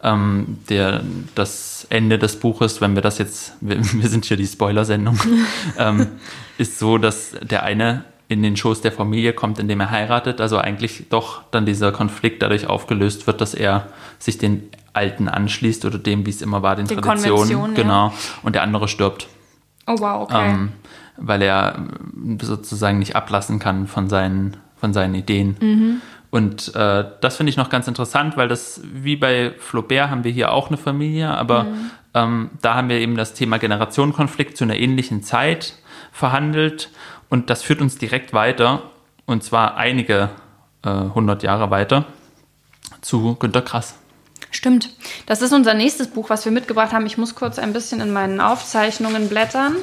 Das Ende des Buches, wenn wir das jetzt, wir sind hier die Spoiler-Sendung, ist so, dass der eine in den Schoß der Familie kommt, indem er heiratet, also eigentlich doch dann dieser Konflikt dadurch aufgelöst wird, dass er sich den Alten anschließt oder dem, wie es immer war, den Traditionen. Genau. Ja. Und der andere stirbt. Oh wow, okay. Weil er sozusagen nicht ablassen kann von seinen Ideen. Und das finde ich noch ganz interessant, weil das, wie bei Flaubert haben wir hier auch eine Familie, aber da haben wir eben das Thema Generationenkonflikt zu einer ähnlichen Zeit verhandelt und das führt uns direkt weiter, und zwar einige 100 Jahre weiter, zu Günter Grass. Stimmt. Das ist unser nächstes Buch, was wir mitgebracht haben. Ich muss kurz ein bisschen in meinen Aufzeichnungen blättern.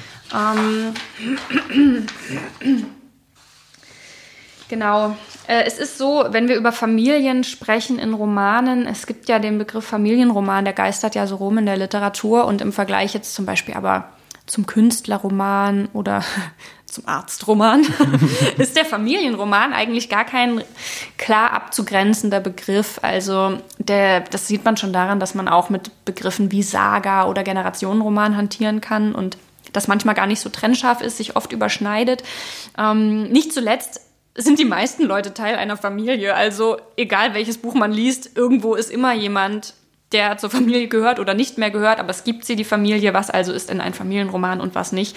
Genau. Es ist so, wenn wir über Familien sprechen in Romanen, es gibt ja den Begriff Familienroman, der geistert ja so rum in der Literatur und im Vergleich jetzt zum Beispiel aber zum Künstlerroman oder zum Arztroman ist der Familienroman eigentlich gar kein klar abzugrenzender Begriff. Also das sieht man schon daran, dass man auch mit Begriffen wie Saga oder Generationenroman hantieren kann und das manchmal gar nicht so trennscharf ist, sich oft überschneidet. Nicht zuletzt sind die meisten Leute Teil einer Familie. Also egal welches Buch man liest, irgendwo ist immer jemand, der zur Familie gehört oder nicht mehr gehört, aber es gibt die Familie, was also ist in ein Familienroman und was nicht.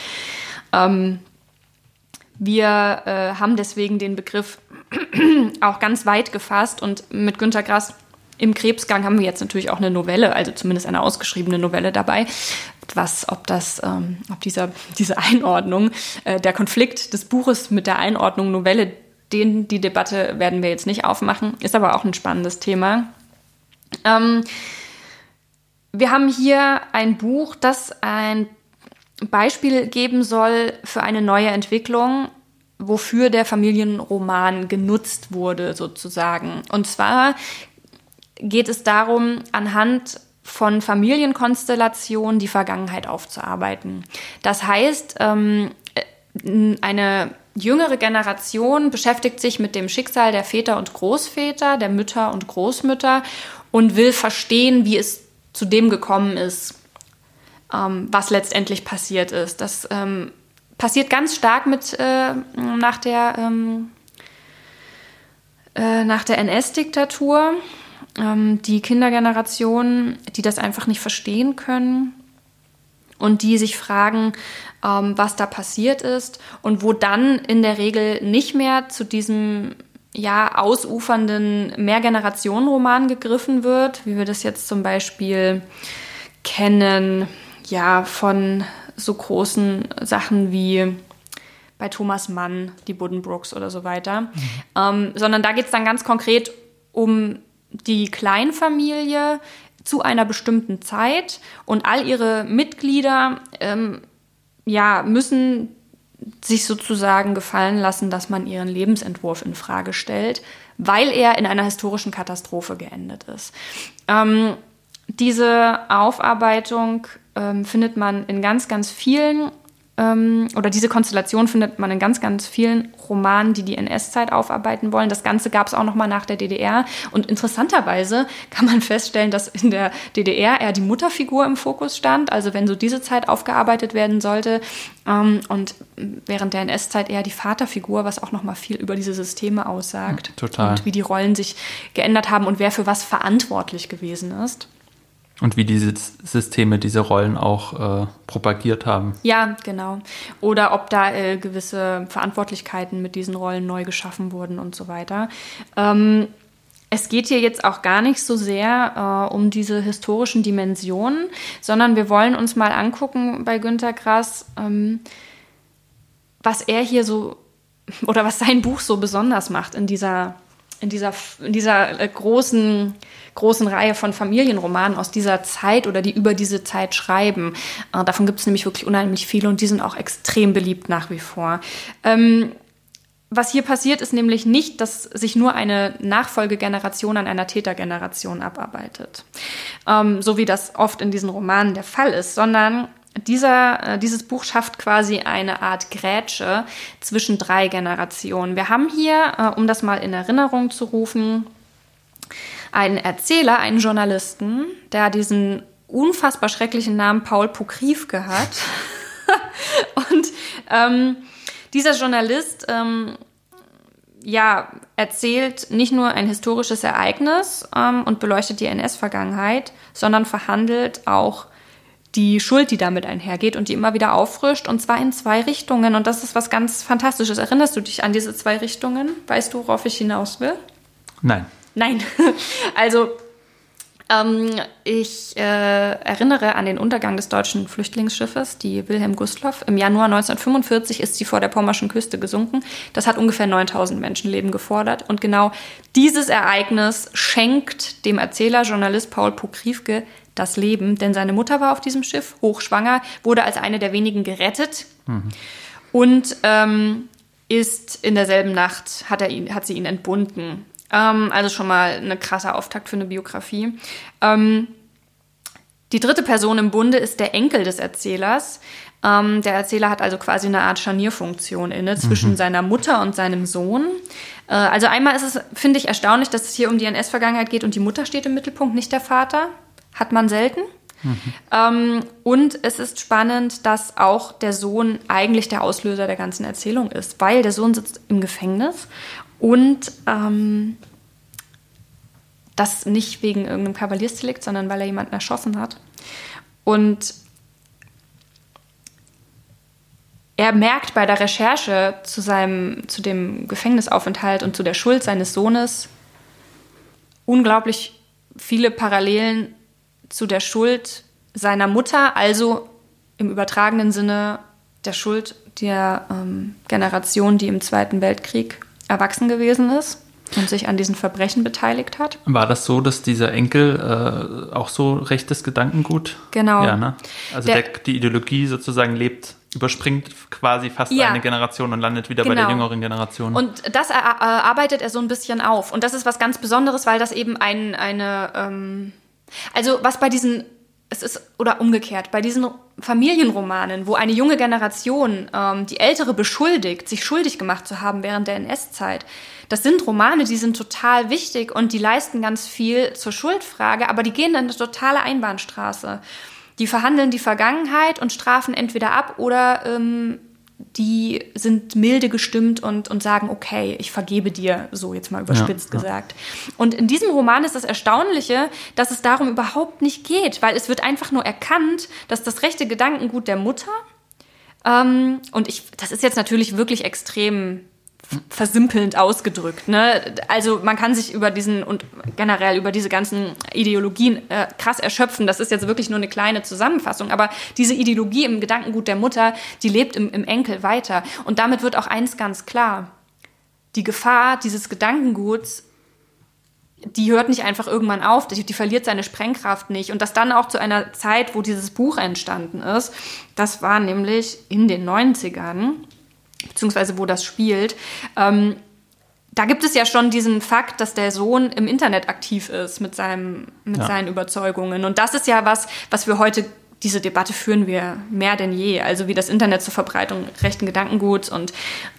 Wir haben deswegen den Begriff auch ganz weit gefasst und mit Günter Grass im Krebsgang haben wir jetzt natürlich auch eine Novelle, also zumindest eine ausgeschriebene Novelle dabei. Ob diese Einordnung, der Konflikt des Buches mit der Einordnung Novelle, die Debatte werden wir jetzt nicht aufmachen, ist aber auch ein spannendes Thema. Wir haben hier ein Buch, das ein Beispiel geben soll für eine neue Entwicklung, wofür der Familienroman genutzt wurde sozusagen. Und zwar geht es darum, anhand von Familienkonstellationen die Vergangenheit aufzuarbeiten. Das heißt, eine jüngere Generation beschäftigt sich mit dem Schicksal der Väter und Großväter, der Mütter und Großmütter und will verstehen, wie es zu dem gekommen ist, was letztendlich passiert ist. Das passiert ganz stark nach der NS-Diktatur. Die Kindergeneration, die das einfach nicht verstehen können und die sich fragen, was da passiert ist und wo dann in der Regel nicht mehr zu diesem ausufernden Mehrgenerationenroman gegriffen wird, wie wir das jetzt zum Beispiel kennen, von so großen Sachen wie bei Thomas Mann, die Buddenbrooks oder so weiter, sondern da geht es dann ganz konkret um die Kleinfamilie zu einer bestimmten Zeit und all ihre Mitglieder müssen sich sozusagen gefallen lassen, dass man ihren Lebensentwurf in Frage stellt, weil er in einer historischen Katastrophe geendet ist. Diese Aufarbeitung findet man in ganz, ganz vielen oder diese Konstellation findet man in ganz, ganz vielen Romanen, die NS-Zeit aufarbeiten wollen. Das Ganze gab es auch noch mal nach der DDR. Und interessanterweise kann man feststellen, dass in der DDR eher die Mutterfigur im Fokus stand, also wenn so diese Zeit aufgearbeitet werden sollte. Und während der NS-Zeit eher die Vaterfigur, was auch noch mal viel über diese Systeme aussagt. Total. Und wie die Rollen sich geändert haben und wer für was verantwortlich gewesen ist. Und wie diese Systeme diese Rollen auch propagiert haben. Ja, genau. Oder ob da gewisse Verantwortlichkeiten mit diesen Rollen neu geschaffen wurden und so weiter. Es geht hier jetzt auch gar nicht so sehr um diese historischen Dimensionen, sondern wir wollen uns mal angucken bei Günter Grass, was er hier so oder was sein Buch so besonders macht in dieser großen Reihe von Familienromanen aus dieser Zeit oder die über diese Zeit schreiben. Davon gibt es nämlich wirklich unheimlich viele und die sind auch extrem beliebt nach wie vor. Was hier passiert, ist nämlich nicht, dass sich nur eine Nachfolgegeneration an einer Tätergeneration abarbeitet, so wie das oft in diesen Romanen der Fall ist, sondern dieses Buch schafft quasi eine Art Grätsche zwischen 3 Generationen. Wir haben hier, um das mal in Erinnerung zu rufen, einen Erzähler, einen Journalisten, der diesen unfassbar schrecklichen Namen Paul Pokriefke hat. Und dieser Journalist erzählt nicht nur ein historisches Ereignis und beleuchtet die NS-Vergangenheit, sondern verhandelt auch die Schuld, die damit einhergeht und die immer wieder auffrischt, und zwar in 2 Richtungen. Und das ist was ganz Fantastisches. Erinnerst du dich an diese 2 Richtungen? Weißt du, worauf ich hinaus will? Nein. Also ich erinnere an den Untergang des deutschen Flüchtlingsschiffes, die Wilhelm Gustloff. Im Januar 1945 ist sie vor der pommerschen Küste gesunken. Das hat ungefähr 9.000 Menschenleben gefordert. Und genau dieses Ereignis schenkt dem Erzähler, Journalist Paul Pokriefke das Leben. Denn seine Mutter war auf diesem Schiff, hochschwanger, wurde als eine der wenigen gerettet. Und ist in derselben Nacht, hat sie ihn entbunden. Also schon mal eine krasse Auftakt für eine Biografie. Die 3. Person im Bunde ist der Enkel des Erzählers. Der Erzähler hat also quasi eine Art Scharnierfunktion inne zwischen seiner Mutter und seinem Sohn. Also einmal ist es, finde ich, erstaunlich, dass es hier um die NS-Vergangenheit geht und die Mutter steht im Mittelpunkt, nicht der Vater. Hat man selten. Und es ist spannend, dass auch der Sohn eigentlich der Auslöser der ganzen Erzählung ist, weil der Sohn sitzt im Gefängnis und das nicht wegen irgendeinem Kavaliersdelikt, sondern weil er jemanden erschossen hat. Und er merkt bei der Recherche zu dem Gefängnisaufenthalt und zu der Schuld seines Sohnes unglaublich viele Parallelen zu der Schuld seiner Mutter, also im übertragenen Sinne der Schuld der Generation, die im Zweiten Weltkrieg erwachsen gewesen ist und sich an diesen Verbrechen beteiligt hat. War das so, dass dieser Enkel auch so rechtes Gedankengut? Genau. Ja, ne? Also die Ideologie sozusagen überspringt quasi fast eine Generation und landet wieder bei der jüngeren Generation. Und das arbeitet er so ein bisschen auf. Und das ist was ganz Besonderes, weil das eben also was bei diesen, oder umgekehrt, bei diesen Familienromanen, wo eine junge Generation die Ältere beschuldigt, sich schuldig gemacht zu haben während der NS-Zeit, das sind Romane, die sind total wichtig und die leisten ganz viel zur Schuldfrage, aber die gehen in eine totale Einbahnstraße. Die verhandeln die Vergangenheit und strafen entweder ab oder die sind milde gestimmt und sagen, okay, ich vergebe dir, so jetzt mal überspitzt gesagt. Und in diesem Roman ist das Erstaunliche, dass es darum überhaupt nicht geht, weil es wird einfach nur erkannt, dass das rechte Gedankengut der Mutter, das ist jetzt natürlich wirklich extrem versimpelnd ausgedrückt, ne? Also man kann sich über diesen und generell über diese ganzen Ideologien krass erschöpfen. Das ist jetzt wirklich nur eine kleine Zusammenfassung, aber diese Ideologie im Gedankengut der Mutter, die lebt im Enkel weiter. Und damit wird auch eins ganz klar: Die Gefahr dieses Gedankenguts, die hört nicht einfach irgendwann auf, die verliert seine Sprengkraft nicht. Und das dann auch zu einer Zeit, wo dieses Buch entstanden ist, das war nämlich in den 90ern, beziehungsweise wo das spielt, da gibt es ja schon diesen Fakt, dass der Sohn im Internet aktiv ist mit seinen Überzeugungen. Und das ist ja was wir heute, diese Debatte führen wir mehr denn je. Also wie das Internet zur Verbreitung rechten Gedankenguts und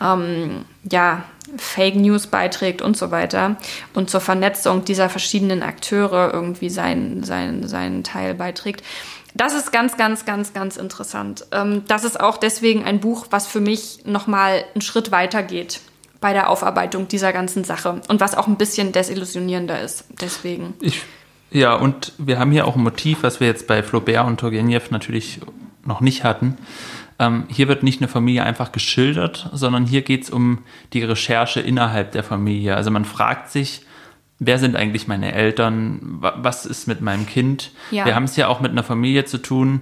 Fake News beiträgt und so weiter. Und zur Vernetzung dieser verschiedenen Akteure irgendwie seinen Teil beiträgt. Das ist ganz, ganz, ganz, ganz interessant. Das ist auch deswegen ein Buch, was für mich nochmal einen Schritt weiter geht bei der Aufarbeitung dieser ganzen Sache und was auch ein bisschen desillusionierender ist. Deswegen. Ja, und wir haben hier auch ein Motiv, was wir jetzt bei Flaubert und Turgenev natürlich noch nicht hatten. Hier wird nicht eine Familie einfach geschildert, sondern hier geht es um die Recherche innerhalb der Familie. Also man fragt sich, wer sind eigentlich meine Eltern? Was ist mit meinem Kind? Ja. Wir haben es ja auch mit einer Familie zu tun,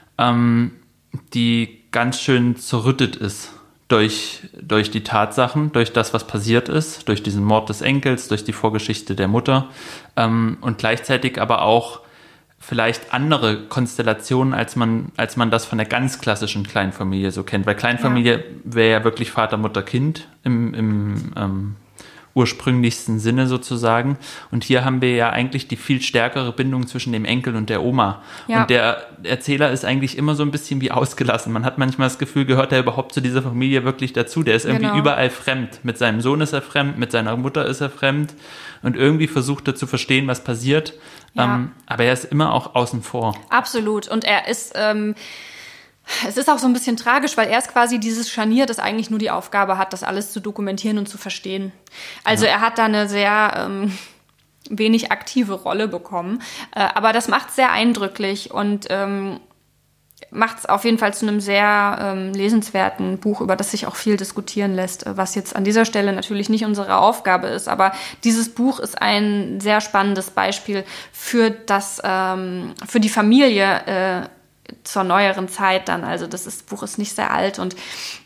die ganz schön zerrüttet ist durch die Tatsachen, durch das, was passiert ist, durch diesen Mord des Enkels, durch die Vorgeschichte der Mutter und gleichzeitig aber auch vielleicht andere Konstellationen, als man das von der ganz klassischen Kleinfamilie so kennt. Weil Kleinfamilie wäre ja wirklich Vater, Mutter, Kind im ursprünglichsten Sinne sozusagen. Und hier haben wir ja eigentlich die viel stärkere Bindung zwischen dem Enkel und der Oma. Ja. Und der Erzähler ist eigentlich immer so ein bisschen wie ausgelassen. Man hat manchmal das Gefühl, gehört er überhaupt zu dieser Familie wirklich dazu? Der ist irgendwie überall fremd. Mit seinem Sohn ist er fremd, mit seiner Mutter ist er fremd. Und irgendwie versucht er zu verstehen, was passiert. Ja. Aber er ist immer auch außen vor. Absolut. Und er ist... es ist auch so ein bisschen tragisch, weil er ist quasi dieses Scharnier, das eigentlich nur die Aufgabe hat, das alles zu dokumentieren und zu verstehen. Also er hat da eine sehr wenig aktive Rolle bekommen. Aber das macht es sehr eindrücklich und macht es auf jeden Fall zu einem sehr lesenswerten Buch, über das sich auch viel diskutieren lässt, was jetzt an dieser Stelle natürlich nicht unsere Aufgabe ist. Aber dieses Buch ist ein sehr spannendes Beispiel für die Familie zur neueren Zeit dann. Also das Buch ist nicht sehr alt und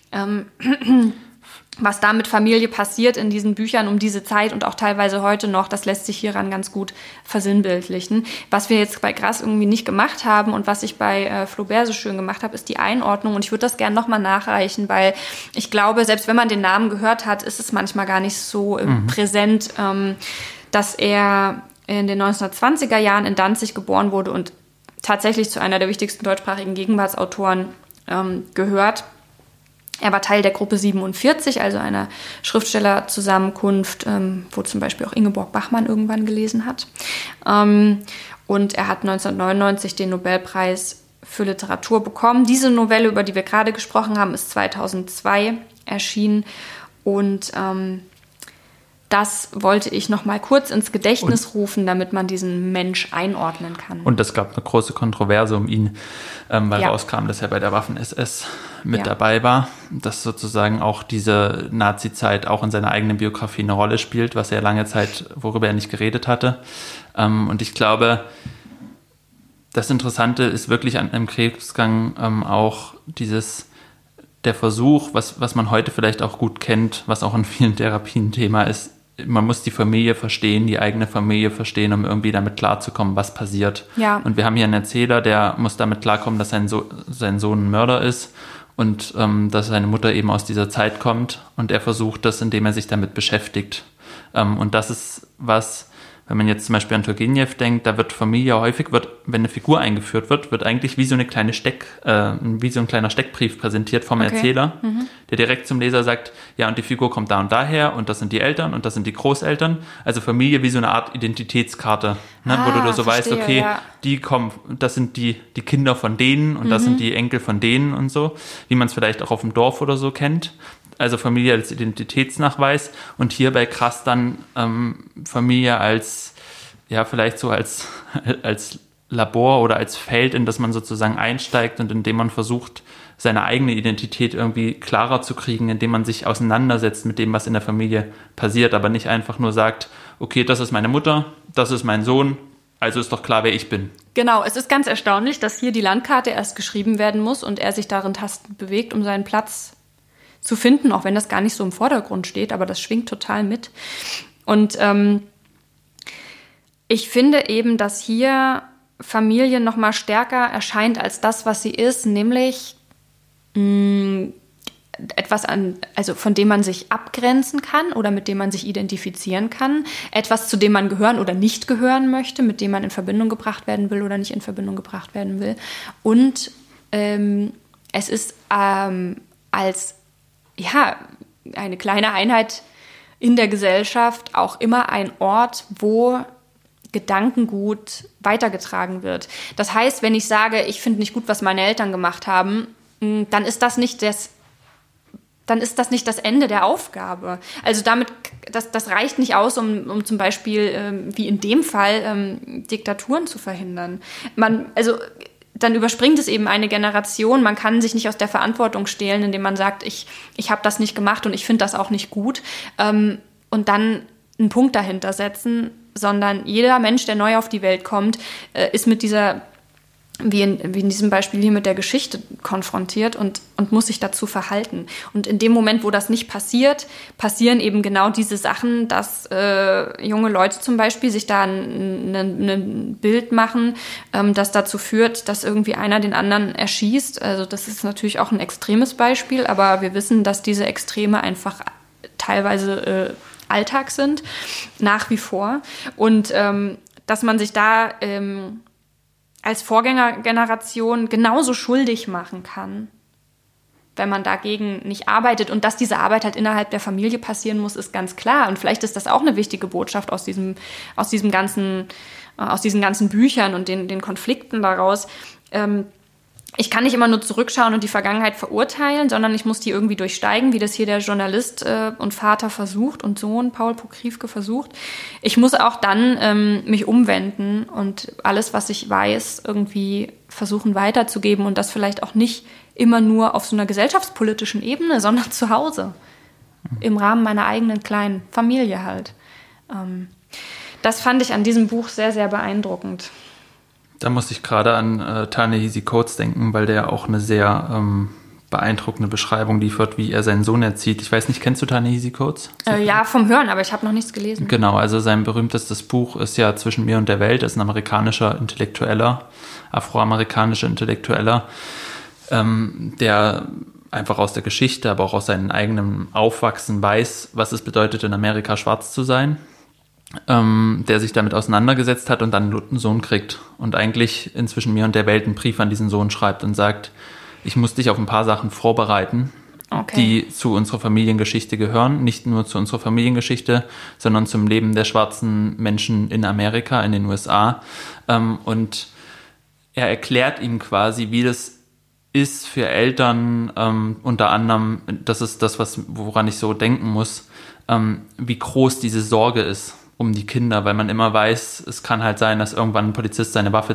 was da mit Familie passiert in diesen Büchern um diese Zeit und auch teilweise heute noch, das lässt sich hieran ganz gut versinnbildlichen. Was wir jetzt bei Grass irgendwie nicht gemacht haben und was ich bei Flaubert so schön gemacht habe, ist die Einordnung und ich würde das gerne nochmal nachreichen, weil ich glaube, selbst wenn man den Namen gehört hat, ist es manchmal gar nicht so präsent, dass er in den 1920er Jahren in Danzig geboren wurde und tatsächlich zu einer der wichtigsten deutschsprachigen Gegenwartsautoren gehört. Er war Teil der Gruppe 47, also einer Schriftstellerzusammenkunft, wo zum Beispiel auch Ingeborg Bachmann irgendwann gelesen hat. Und er hat 1999 den Nobelpreis für Literatur bekommen. Diese Novelle, über die wir gerade gesprochen haben, ist 2002 erschienen und das wollte ich noch mal kurz ins Gedächtnis rufen, damit man diesen Mensch einordnen kann. Und es gab eine große Kontroverse um ihn, weil rauskam, dass er bei der Waffen-SS mit dabei war. Dass sozusagen auch diese Nazi-Zeit auch in seiner eigenen Biografie eine Rolle spielt, was er lange Zeit, worüber er nicht geredet hatte. Und ich glaube, das Interessante ist wirklich an einem Krebsgang auch der Versuch, was man heute vielleicht auch gut kennt, was auch in vielen Therapien Thema ist, man muss die Familie verstehen, die eigene Familie verstehen, um irgendwie damit klarzukommen, was passiert. Ja. Und wir haben hier einen Erzähler, der muss damit klarkommen, dass sein Sohn ein Mörder ist und dass seine Mutter eben aus dieser Zeit kommt. Und er versucht das, indem er sich damit beschäftigt. Und das ist was, wenn man jetzt zum Beispiel an Turgenev denkt, da wird Familie häufig, wenn eine Figur eingeführt wird eigentlich wie so eine kleine wie so ein kleiner Steckbrief präsentiert vom Erzähler, der direkt zum Leser sagt, ja, und die Figur kommt da und daher und das sind die Eltern und das sind die Großeltern. Also Familie wie so eine Art Identitätskarte, wo du so weißt, okay, die kommen, das sind die Kinder von denen und das sind die Enkel von denen und so, wie man es vielleicht auch auf dem Dorf oder so kennt. Also Familie als Identitätsnachweis und hier bei Grass dann Familie als, ja, vielleicht so als Labor oder als Feld, in das man sozusagen einsteigt und in dem man versucht, seine eigene Identität irgendwie klarer zu kriegen, indem man sich auseinandersetzt mit dem, was in der Familie passiert, aber nicht einfach nur sagt, okay, das ist meine Mutter, das ist mein Sohn, also ist doch klar, wer ich bin. Genau, es ist ganz erstaunlich, dass hier die Landkarte erst geschrieben werden muss und er sich darin tastend bewegt, um seinen Platz zu finden, auch wenn das gar nicht so im Vordergrund steht, aber das schwingt total mit. Und ich finde eben, dass hier Familie noch mal stärker erscheint als das, was sie ist, nämlich etwas also von dem man sich abgrenzen kann oder mit dem man sich identifizieren kann, etwas, zu dem man gehören oder nicht gehören möchte, mit dem man in Verbindung gebracht werden will oder nicht in Verbindung gebracht werden will. Und es ist als eine kleine Einheit in der Gesellschaft auch immer ein Ort, wo Gedankengut weitergetragen wird. Das heißt, wenn ich sage, ich finde nicht gut, was meine Eltern gemacht haben, dann ist das nicht dann ist das nicht das Ende der Aufgabe. Also das reicht nicht aus, um zum Beispiel, wie in dem Fall, Diktaturen zu verhindern. Dann überspringt es eben eine Generation. Man kann sich nicht aus der Verantwortung stehlen, indem man sagt, ich habe das nicht gemacht und ich finde das auch nicht gut. Und dann einen Punkt dahinter setzen, sondern jeder Mensch, der neu auf die Welt kommt, ist mit dieser, wie in diesem Beispiel hier, mit der Geschichte konfrontiert und muss sich dazu verhalten. Und in dem Moment, wo das nicht passiert, passieren eben genau diese Sachen, dass junge Leute zum Beispiel sich da ein Bild machen, das dazu führt, dass irgendwie einer den anderen erschießt. Also das ist natürlich auch ein extremes Beispiel, aber wir wissen, dass diese Extreme einfach teilweise Alltag sind, nach wie vor. Und dass man sich da als Vorgängergeneration genauso schuldig machen kann, wenn man dagegen nicht arbeitet. Und dass diese Arbeit halt innerhalb der Familie passieren muss, ist ganz klar. Und vielleicht ist das auch eine wichtige Botschaft aus diesen ganzen Büchern und den Konflikten daraus. Ich kann nicht immer nur zurückschauen und die Vergangenheit verurteilen, sondern ich muss die irgendwie durchsteigen, wie das hier der Journalist und Vater versucht und Sohn Paul Pokривke versucht. Ich muss auch dann mich umwenden und alles, was ich weiß, irgendwie versuchen weiterzugeben und das vielleicht auch nicht immer nur auf so einer gesellschaftspolitischen Ebene, sondern zu Hause, im Rahmen meiner eigenen kleinen Familie halt. Das fand ich an diesem Buch sehr, sehr beeindruckend. Da musste ich gerade an Ta-Nehisi Coates denken, weil der auch eine sehr beeindruckende Beschreibung liefert, wie er seinen Sohn erzieht. Ich weiß nicht, kennst du Ta-Nehisi Coates? Ja, vom Hören, aber ich habe noch nichts gelesen. Genau, also sein berühmtestes Buch ist ja Zwischen mir und der Welt. Das ist ein amerikanischer Intellektueller, afroamerikanischer Intellektueller, der einfach aus der Geschichte, aber auch aus seinem eigenen Aufwachsen weiß, was es bedeutet, in Amerika schwarz zu sein. Der sich damit auseinandergesetzt hat und dann einen Sohn kriegt und eigentlich inzwischen mir und der Welt einen Brief an diesen Sohn schreibt und sagt, ich muss dich auf ein paar Sachen vorbereiten, die zu unserer Familiengeschichte gehören, nicht nur zu unserer Familiengeschichte, sondern zum Leben der schwarzen Menschen in Amerika, in den USA. Und er erklärt ihm quasi, wie das ist für Eltern, unter anderem, das ist das, woran ich so denken muss, wie groß diese Sorge ist um die Kinder, weil man immer weiß, es kann halt sein, dass irgendwann ein Polizist seine Waffe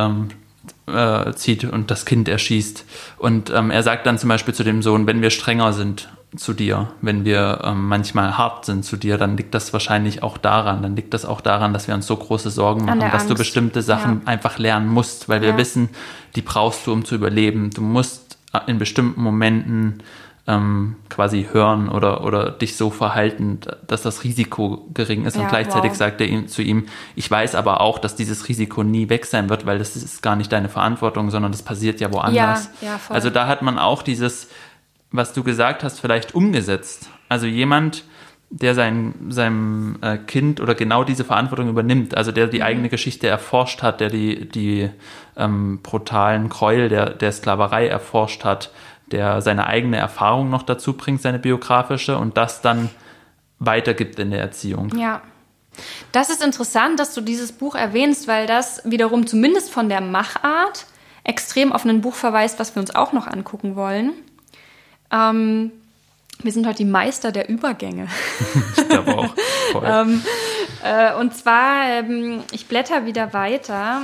zieht und das Kind erschießt. Und er sagt dann zum Beispiel zu dem Sohn, wenn wir strenger sind zu dir, wenn wir manchmal hart sind zu dir, dann liegt das wahrscheinlich auch daran. Dann liegt das auch daran, dass wir uns so große Sorgen machen, dass du bestimmte Sachen einfach lernen musst, weil wir wissen, die brauchst du, um zu überleben. Du musst in bestimmten Momenten quasi hören oder dich so verhalten, dass das Risiko gering ist. Und gleichzeitig sagt er zu ihm, ich weiß aber auch, dass dieses Risiko nie weg sein wird, weil das ist gar nicht deine Verantwortung, sondern das passiert ja woanders. Ja, voll. Also da hat man auch dieses, was du gesagt hast, vielleicht umgesetzt. Also jemand, der seinem Kind oder genau diese Verantwortung übernimmt, also der die eigene Geschichte erforscht hat, der die brutalen Gräuel der Sklaverei erforscht hat, der seine eigene Erfahrung noch dazu bringt, seine biografische, und das dann weitergibt in der Erziehung. Ja, das ist interessant, dass du dieses Buch erwähnst, weil das wiederum zumindest von der Machart extrem auf ein Buch verweist, was wir uns auch noch angucken wollen. Wir sind heute die Meister der Übergänge. Ich glaube auch. Voll. Und zwar, ich blätter wieder weiter.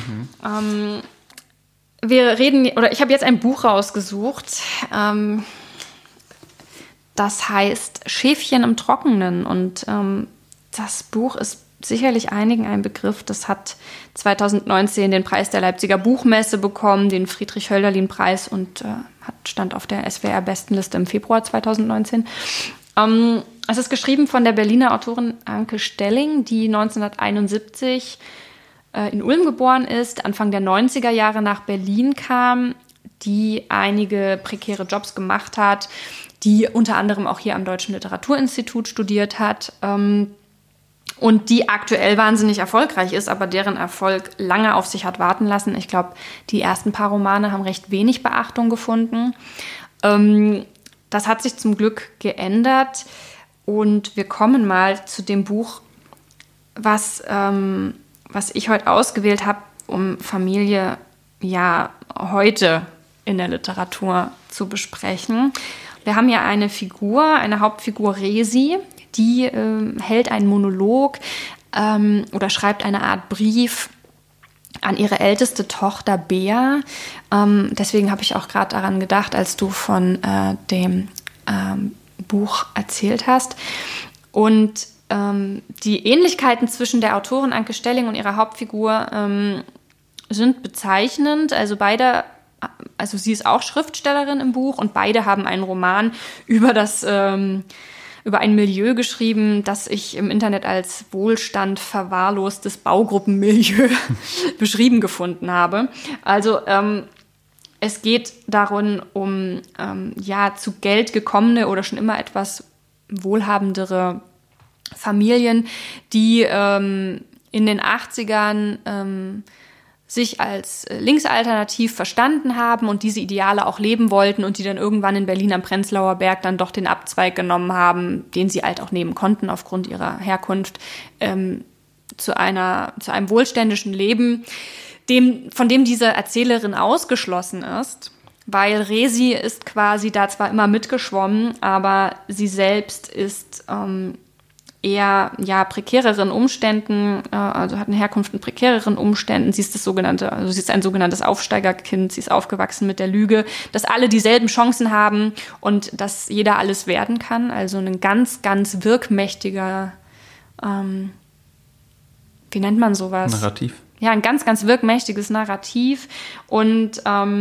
Ich habe jetzt ein Buch rausgesucht, das heißt Schäfchen im Trockenen. Und das Buch ist sicherlich einigen ein Begriff. Das hat 2019 den Preis der Leipziger Buchmesse bekommen, den Friedrich-Hölderlin-Preis, und stand auf der SWR-Bestenliste im Februar 2019. Es ist geschrieben von der Berliner Autorin Anke Stelling, die 1971 in Ulm geboren ist, Anfang der 90er Jahre nach Berlin kam, die einige prekäre Jobs gemacht hat, die unter anderem auch hier am Deutschen Literaturinstitut studiert hat und die aktuell wahnsinnig erfolgreich ist, aber deren Erfolg lange auf sich hat warten lassen. Ich glaube, die ersten paar Romane haben recht wenig Beachtung gefunden. Das hat sich zum Glück geändert und wir kommen mal zu dem Buch, was ich heute ausgewählt habe, um Familie heute in der Literatur zu besprechen. Wir haben ja eine Hauptfigur Resi, die hält einen Monolog oder schreibt eine Art Brief an ihre älteste Tochter Bea. Deswegen habe ich auch gerade daran gedacht, als du von dem Buch erzählt hast. Und die Ähnlichkeiten zwischen der Autorin Anke Stelling und ihrer Hauptfigur sind bezeichnend. Also sie ist auch Schriftstellerin im Buch und beide haben einen Roman über ein Milieu geschrieben, das ich im Internet als Wohlstand verwahrlostes Baugruppenmilieu beschrieben gefunden habe. Also es geht darum, um zu Geld gekommene oder schon immer etwas wohlhabendere Familien, die in den 80ern sich als linksalternativ verstanden haben und diese Ideale auch leben wollten und die dann irgendwann in Berlin am Prenzlauer Berg dann doch den Abzweig genommen haben, den sie halt auch nehmen konnten aufgrund ihrer Herkunft, zu einem wohlständischen Leben, von dem diese Erzählerin ausgeschlossen ist, weil Resi ist quasi da zwar immer mitgeschwommen, aber sie selbst ist eher prekäreren Umständen, also hat eine Herkunft in prekäreren Umständen. Sie ist ein sogenanntes Aufsteigerkind. Sie ist aufgewachsen mit der Lüge, dass alle dieselben Chancen haben und dass jeder alles werden kann. Also ein ganz, ganz wirkmächtiger, wie nennt man sowas? Narrativ. Ja, ein ganz, ganz wirkmächtiges Narrativ. Und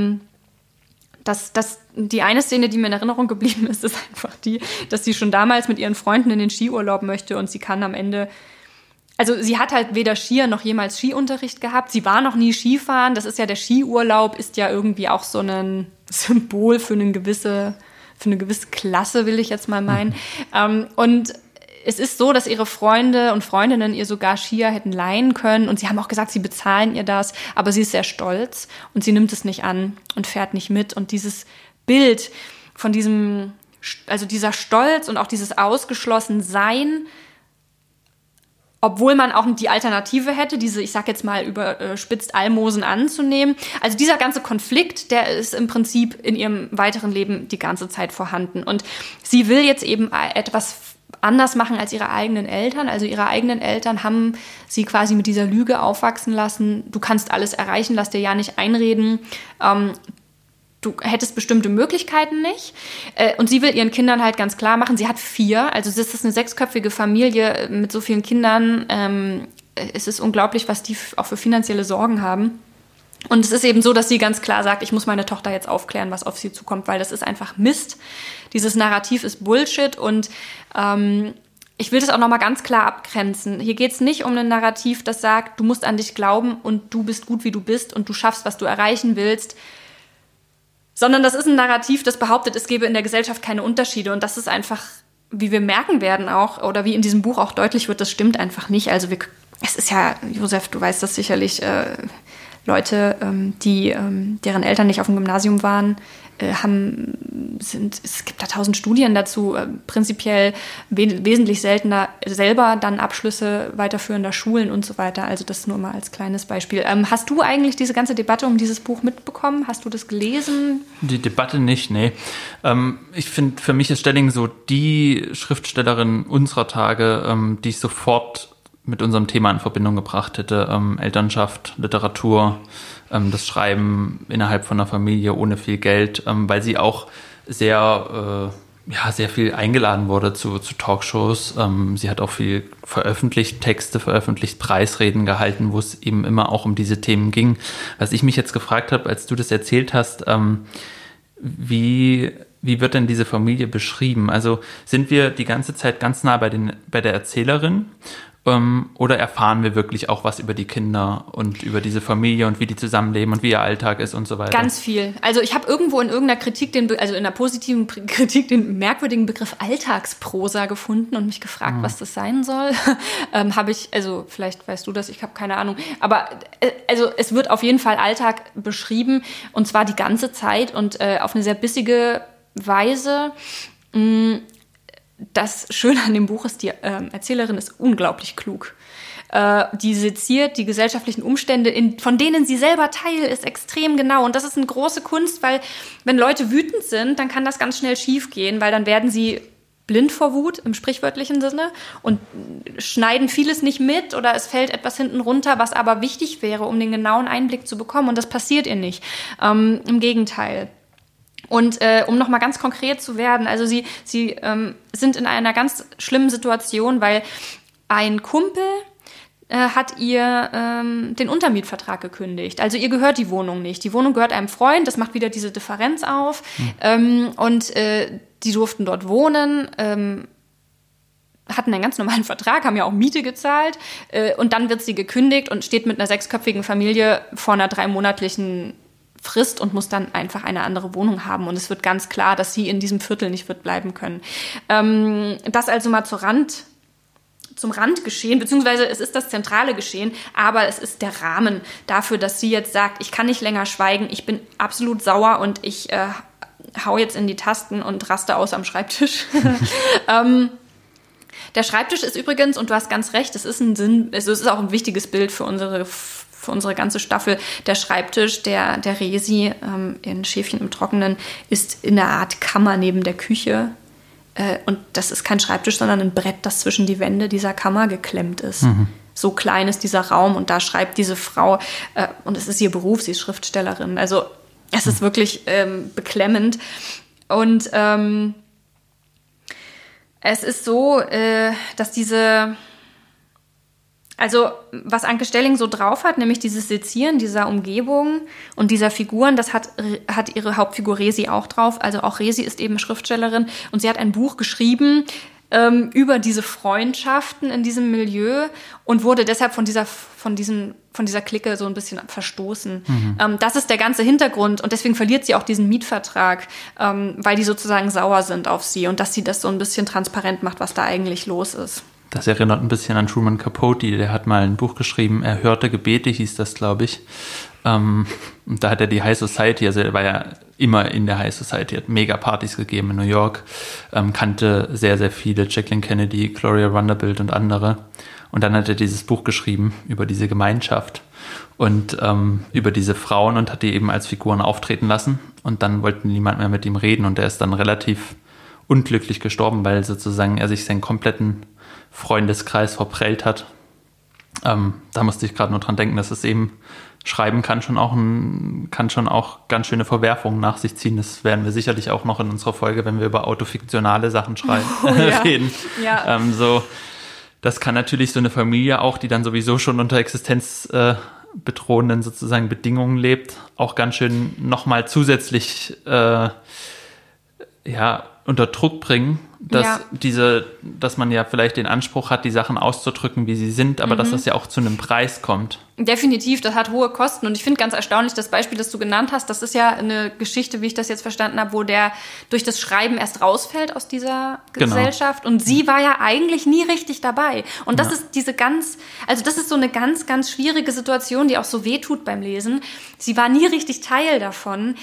die eine Szene, die mir in Erinnerung geblieben ist, ist einfach die, dass sie schon damals mit ihren Freunden in den Skiurlaub möchte und sie kann am Ende, also sie hat halt weder Skier noch jemals Skiunterricht gehabt, sie war noch nie Skifahren, das ist ja, der Skiurlaub ist ja irgendwie auch so ein Symbol für eine gewisse Klasse, will ich jetzt mal meinen. Und es ist so, dass ihre Freunde und Freundinnen ihr sogar Skier hätten leihen können und sie haben auch gesagt, sie bezahlen ihr das, aber sie ist sehr stolz und sie nimmt es nicht an und fährt nicht mit. Und dieses Bild von dieser Stolz und auch dieses Ausgeschlossensein, obwohl man auch die Alternative hätte, diese, ich sag jetzt mal überspitzt, Almosen anzunehmen. Also dieser ganze Konflikt, der ist im Prinzip in ihrem weiteren Leben die ganze Zeit vorhanden. Und sie will jetzt eben etwas anders machen als ihre eigenen Eltern. Also ihre eigenen Eltern haben sie quasi mit dieser Lüge aufwachsen lassen. Du kannst alles erreichen, lass dir ja nicht einreden. Du hättest bestimmte Möglichkeiten nicht. Und sie will ihren Kindern halt ganz klar machen, sie hat 4, also es ist eine 6-köpfige Familie mit so vielen Kindern. Es ist unglaublich, was die auch für finanzielle Sorgen haben. Und es ist eben so, dass sie ganz klar sagt, ich muss meine Tochter jetzt aufklären, was auf sie zukommt, weil das ist einfach Mist. Dieses Narrativ ist Bullshit und ich will das auch nochmal ganz klar abgrenzen. Hier geht es nicht um ein Narrativ, das sagt, du musst an dich glauben und du bist gut, wie du bist und du schaffst, was du erreichen willst, sondern das ist ein Narrativ, das behauptet, es gebe in der Gesellschaft keine Unterschiede und das ist einfach, wie wir merken werden auch, oder wie in diesem Buch auch deutlich wird, das stimmt einfach nicht. Also es ist ja, Josef, du weißt das sicherlich, Leute, deren Eltern nicht auf dem Gymnasium waren, es gibt da 1000 Studien dazu, prinzipiell wesentlich seltener selber dann Abschlüsse weiterführender Schulen und so weiter. Also das nur mal als kleines Beispiel. Hast du eigentlich diese ganze Debatte um dieses Buch mitbekommen? Hast du das gelesen? Die Debatte nicht, nee. Ich finde, für mich ist Stelling so die Schriftstellerin unserer Tage, die ich sofort mit unserem Thema in Verbindung gebracht hätte. Elternschaft, Literatur, das Schreiben innerhalb von einer Familie ohne viel Geld, weil sie auch sehr viel eingeladen wurde zu Talkshows. Sie hat auch viel Texte veröffentlicht, Preisreden gehalten, wo es eben immer auch um diese Themen ging. Was ich mich jetzt gefragt habe, als du das erzählt hast, wie wird denn diese Familie beschrieben? Also sind wir die ganze Zeit ganz nah bei der Erzählerin? Oder erfahren wir wirklich auch was über die Kinder und über diese Familie und wie die zusammenleben und wie ihr Alltag ist und so weiter? Ganz viel. Also ich habe irgendwo in irgendeiner Kritik, in einer positiven Kritik, den merkwürdigen Begriff Alltagsprosa gefunden und mich gefragt, was das sein soll. Vielleicht weißt du das, ich habe keine Ahnung. Aber es wird auf jeden Fall Alltag beschrieben und zwar die ganze Zeit und auf eine sehr bissige Weise. Das Schöne an dem Buch ist, die Erzählerin ist unglaublich klug. die seziert die gesellschaftlichen Umstände, von denen sie selber Teil ist, extrem genau. Und das ist eine große Kunst, weil wenn Leute wütend sind, dann kann das ganz schnell schief gehen, weil dann werden sie blind vor Wut im sprichwörtlichen Sinne und schneiden vieles nicht mit oder es fällt etwas hinten runter, was aber wichtig wäre, um den genauen Einblick zu bekommen. Und das passiert ihr nicht. Im Gegenteil. Und um nochmal ganz konkret zu werden, also sie sind in einer ganz schlimmen Situation, weil ein Kumpel hat ihr den Untermietvertrag gekündigt. Also ihr gehört die Wohnung nicht. Die Wohnung gehört einem Freund, das macht wieder diese Differenz auf. Und die durften dort wohnen, hatten einen ganz normalen Vertrag, haben ja auch Miete gezahlt. Und dann wird sie gekündigt und steht mit einer 6-köpfigen Familie vor einer 3-monatlichen Frist und muss dann einfach eine andere Wohnung haben. Und es wird ganz klar, dass sie in diesem Viertel nicht wird bleiben können. Das also mal zum Randgeschehen, beziehungsweise es ist das zentrale Geschehen, aber es ist der Rahmen dafür, dass sie jetzt sagt, ich kann nicht länger schweigen, ich bin absolut sauer und ich hau jetzt in die Tasten und raste aus am Schreibtisch. Der Schreibtisch ist übrigens, und du hast ganz recht, es ist auch ein wichtiges Bild für unsere ganze Staffel. Der Schreibtisch der Resi in Schäfchen im Trockenen ist in einer Art Kammer neben der Küche. Und das ist kein Schreibtisch, sondern ein Brett, das zwischen die Wände dieser Kammer geklemmt ist. Mhm. So klein ist dieser Raum und da schreibt diese Frau, und es ist ihr Beruf, sie ist Schriftstellerin. Also es ist wirklich beklemmend. Und es ist so, dass was Anke Stelling so drauf hat, nämlich dieses Sezieren dieser Umgebung und dieser Figuren, das hat ihre Hauptfigur Resi auch drauf. Also auch Resi ist eben Schriftstellerin und sie hat ein Buch geschrieben über diese Freundschaften in diesem Milieu und wurde deshalb von dieser Clique so ein bisschen verstoßen. Mhm. Das ist der ganze Hintergrund und deswegen verliert sie auch diesen Mietvertrag, weil die sozusagen sauer sind auf sie und dass sie das so ein bisschen transparent macht, was da eigentlich los ist. Das erinnert ein bisschen an Truman Capote, der hat mal ein Buch geschrieben, Erhörte Gebete hieß das, glaube ich. Und da hat er die High Society, also er war ja immer in der High Society, hat mega Partys gegeben in New York, kannte sehr, sehr viele, Jacqueline Kennedy, Gloria Vanderbilt und andere. Und dann hat er dieses Buch geschrieben über diese Gemeinschaft und über diese Frauen und hat die eben als Figuren auftreten lassen. Und dann wollte niemand mehr mit ihm reden und er ist dann relativ unglücklich gestorben, weil sozusagen er sich seinen kompletten Freundeskreis verprellt hat. Da musste ich gerade nur dran denken, dass es eben Schreiben kann schon auch ganz schöne Verwerfungen nach sich ziehen. Das werden wir sicherlich auch noch in unserer Folge, wenn wir über autofiktionale Sachen reden. Ja. Das kann natürlich so eine Familie auch, die dann sowieso schon unter existenzbedrohenden sozusagen Bedingungen lebt, auch ganz schön nochmal zusätzlich unter Druck bringen, dass man ja vielleicht den Anspruch hat, die Sachen auszudrücken, wie sie sind, aber dass das ja auch zu einem Preis kommt. Definitiv, das hat hohe Kosten und ich finde ganz erstaunlich, das Beispiel, das du genannt hast, das ist ja eine Geschichte, wie ich das jetzt verstanden habe, wo der durch das Schreiben erst rausfällt aus dieser Gesellschaft und sie war ja eigentlich nie richtig dabei. Und das ist das ist so eine ganz, ganz schwierige Situation, die auch so wehtut beim Lesen. Sie war nie richtig Teil davon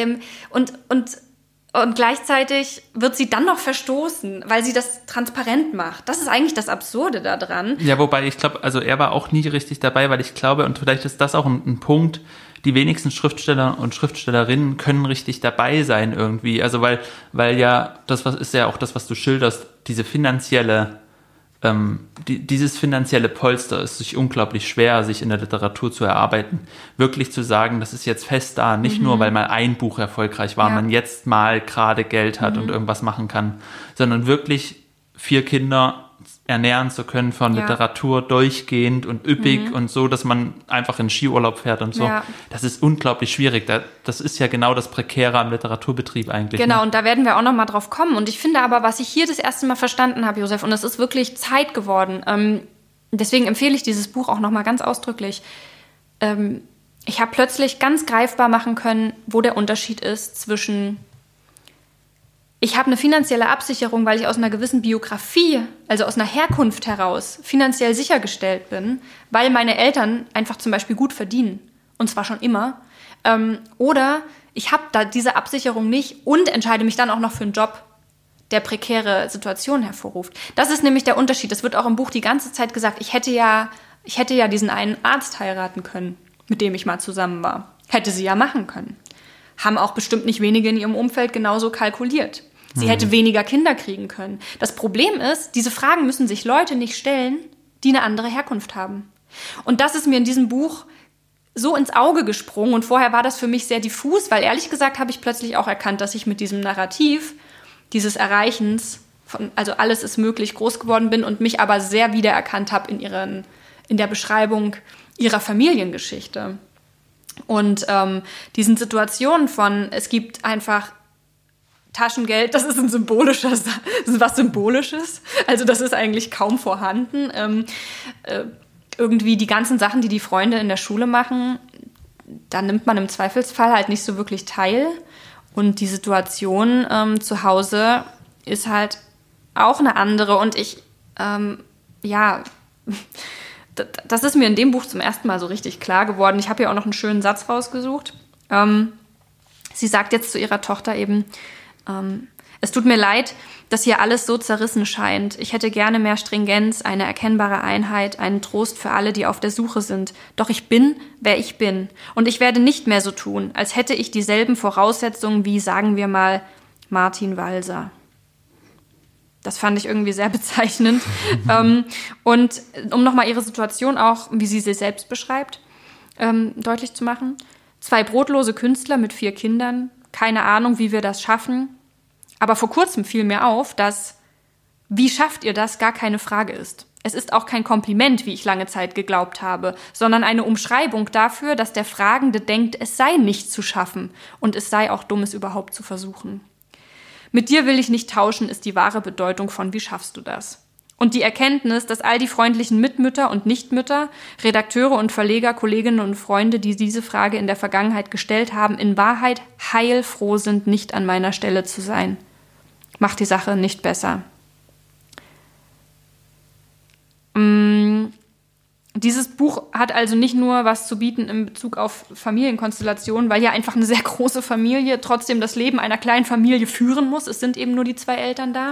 und gleichzeitig wird sie dann noch verstoßen, weil sie das transparent macht. Das ist eigentlich das Absurde daran. Ja, wobei ich glaube, also er war auch nie richtig dabei, weil ich glaube, und vielleicht ist das auch ein Punkt, die wenigsten Schriftsteller und Schriftstellerinnen können richtig dabei sein irgendwie. Also weil ja, ist ja auch das, was du schilderst, diese finanzielle dieses finanzielle Polster ist sich unglaublich schwer, sich in der Literatur zu erarbeiten. Wirklich zu sagen, das ist jetzt fest da, nicht nur, weil mal ein Buch erfolgreich war, man jetzt mal gerade Geld hat und irgendwas machen kann, sondern wirklich 4 Kinder ernähren zu können von Literatur durchgehend und üppig und so, dass man einfach in Skiurlaub fährt und so. Ja. Das ist unglaublich schwierig. Das ist ja genau das Prekäre am Literaturbetrieb eigentlich. Genau, und da werden wir auch noch mal drauf kommen. Und ich finde aber, was ich hier das erste Mal verstanden habe, Josef, und es ist wirklich Zeit geworden, deswegen empfehle ich dieses Buch auch noch mal ganz ausdrücklich. Ich habe plötzlich ganz greifbar machen können, wo der Unterschied ist zwischen ich habe eine finanzielle Absicherung, weil ich aus einer gewissen Biografie, also aus einer Herkunft heraus, finanziell sichergestellt bin, weil meine Eltern einfach zum Beispiel gut verdienen. Und zwar schon immer. Oder ich habe da diese Absicherung nicht und entscheide mich dann auch noch für einen Job, der prekäre Situationen hervorruft. Das ist nämlich der Unterschied. Das wird auch im Buch die ganze Zeit gesagt. Ich hätte ja ich hätte ja diesen einen Arzt heiraten können, mit dem ich mal zusammen war. Hätte sie ja machen können. Haben auch bestimmt nicht wenige in ihrem Umfeld genauso kalkuliert. Sie hätte weniger Kinder kriegen können. Das Problem ist, diese Fragen müssen sich Leute nicht stellen, die eine andere Herkunft haben. Und das ist mir in diesem Buch so ins Auge gesprungen. Und vorher war das für mich sehr diffus, weil ehrlich gesagt habe ich plötzlich auch erkannt, dass ich mit diesem Narrativ dieses Erreichens, also alles ist möglich, groß geworden bin und mich aber sehr wiedererkannt habe in der Beschreibung ihrer Familiengeschichte. Und diesen Situationen von, es gibt einfach Taschengeld, das ist was Symbolisches. Also das ist eigentlich kaum vorhanden. Irgendwie die ganzen Sachen, die Freunde in der Schule machen, da nimmt man im Zweifelsfall halt nicht so wirklich teil. Und die Situation zu Hause ist halt auch eine andere. Und das ist mir in dem Buch zum ersten Mal so richtig klar geworden. Ich habe ja auch noch einen schönen Satz rausgesucht. Sie sagt jetzt zu ihrer Tochter eben, es tut mir leid, dass hier alles so zerrissen scheint. Ich hätte gerne mehr Stringenz, eine erkennbare Einheit, einen Trost für alle, die auf der Suche sind. Doch ich bin, wer ich bin. Und ich werde nicht mehr so tun, als hätte ich dieselben Voraussetzungen wie, sagen wir mal, Martin Walser. Das fand ich irgendwie sehr bezeichnend. Und um nochmal ihre Situation auch, wie sie selbst beschreibt, deutlich zu machen. 2 brotlose Künstler mit 4 Kindern. Keine Ahnung, wie wir das schaffen. Aber vor kurzem fiel mir auf, dass wie schafft ihr das gar keine Frage ist. Es ist auch kein Kompliment, wie ich lange Zeit geglaubt habe, sondern eine Umschreibung dafür, dass der Fragende denkt, es sei nicht zu schaffen und es sei auch dumm, es überhaupt zu versuchen. Mit dir will ich nicht tauschen, ist die wahre Bedeutung von wie schaffst du das? Und die Erkenntnis, dass all die freundlichen Mitmütter und Nichtmütter, Redakteure und Verleger, Kolleginnen und Freunde, die diese Frage in der Vergangenheit gestellt haben, in Wahrheit heilfroh sind, nicht an meiner Stelle zu sein. Macht die Sache nicht besser. Dieses Buch hat also nicht nur was zu bieten in Bezug auf Familienkonstellationen, weil ja einfach eine sehr große Familie trotzdem das Leben einer kleinen Familie führen muss. Es sind eben nur die 2 Eltern da.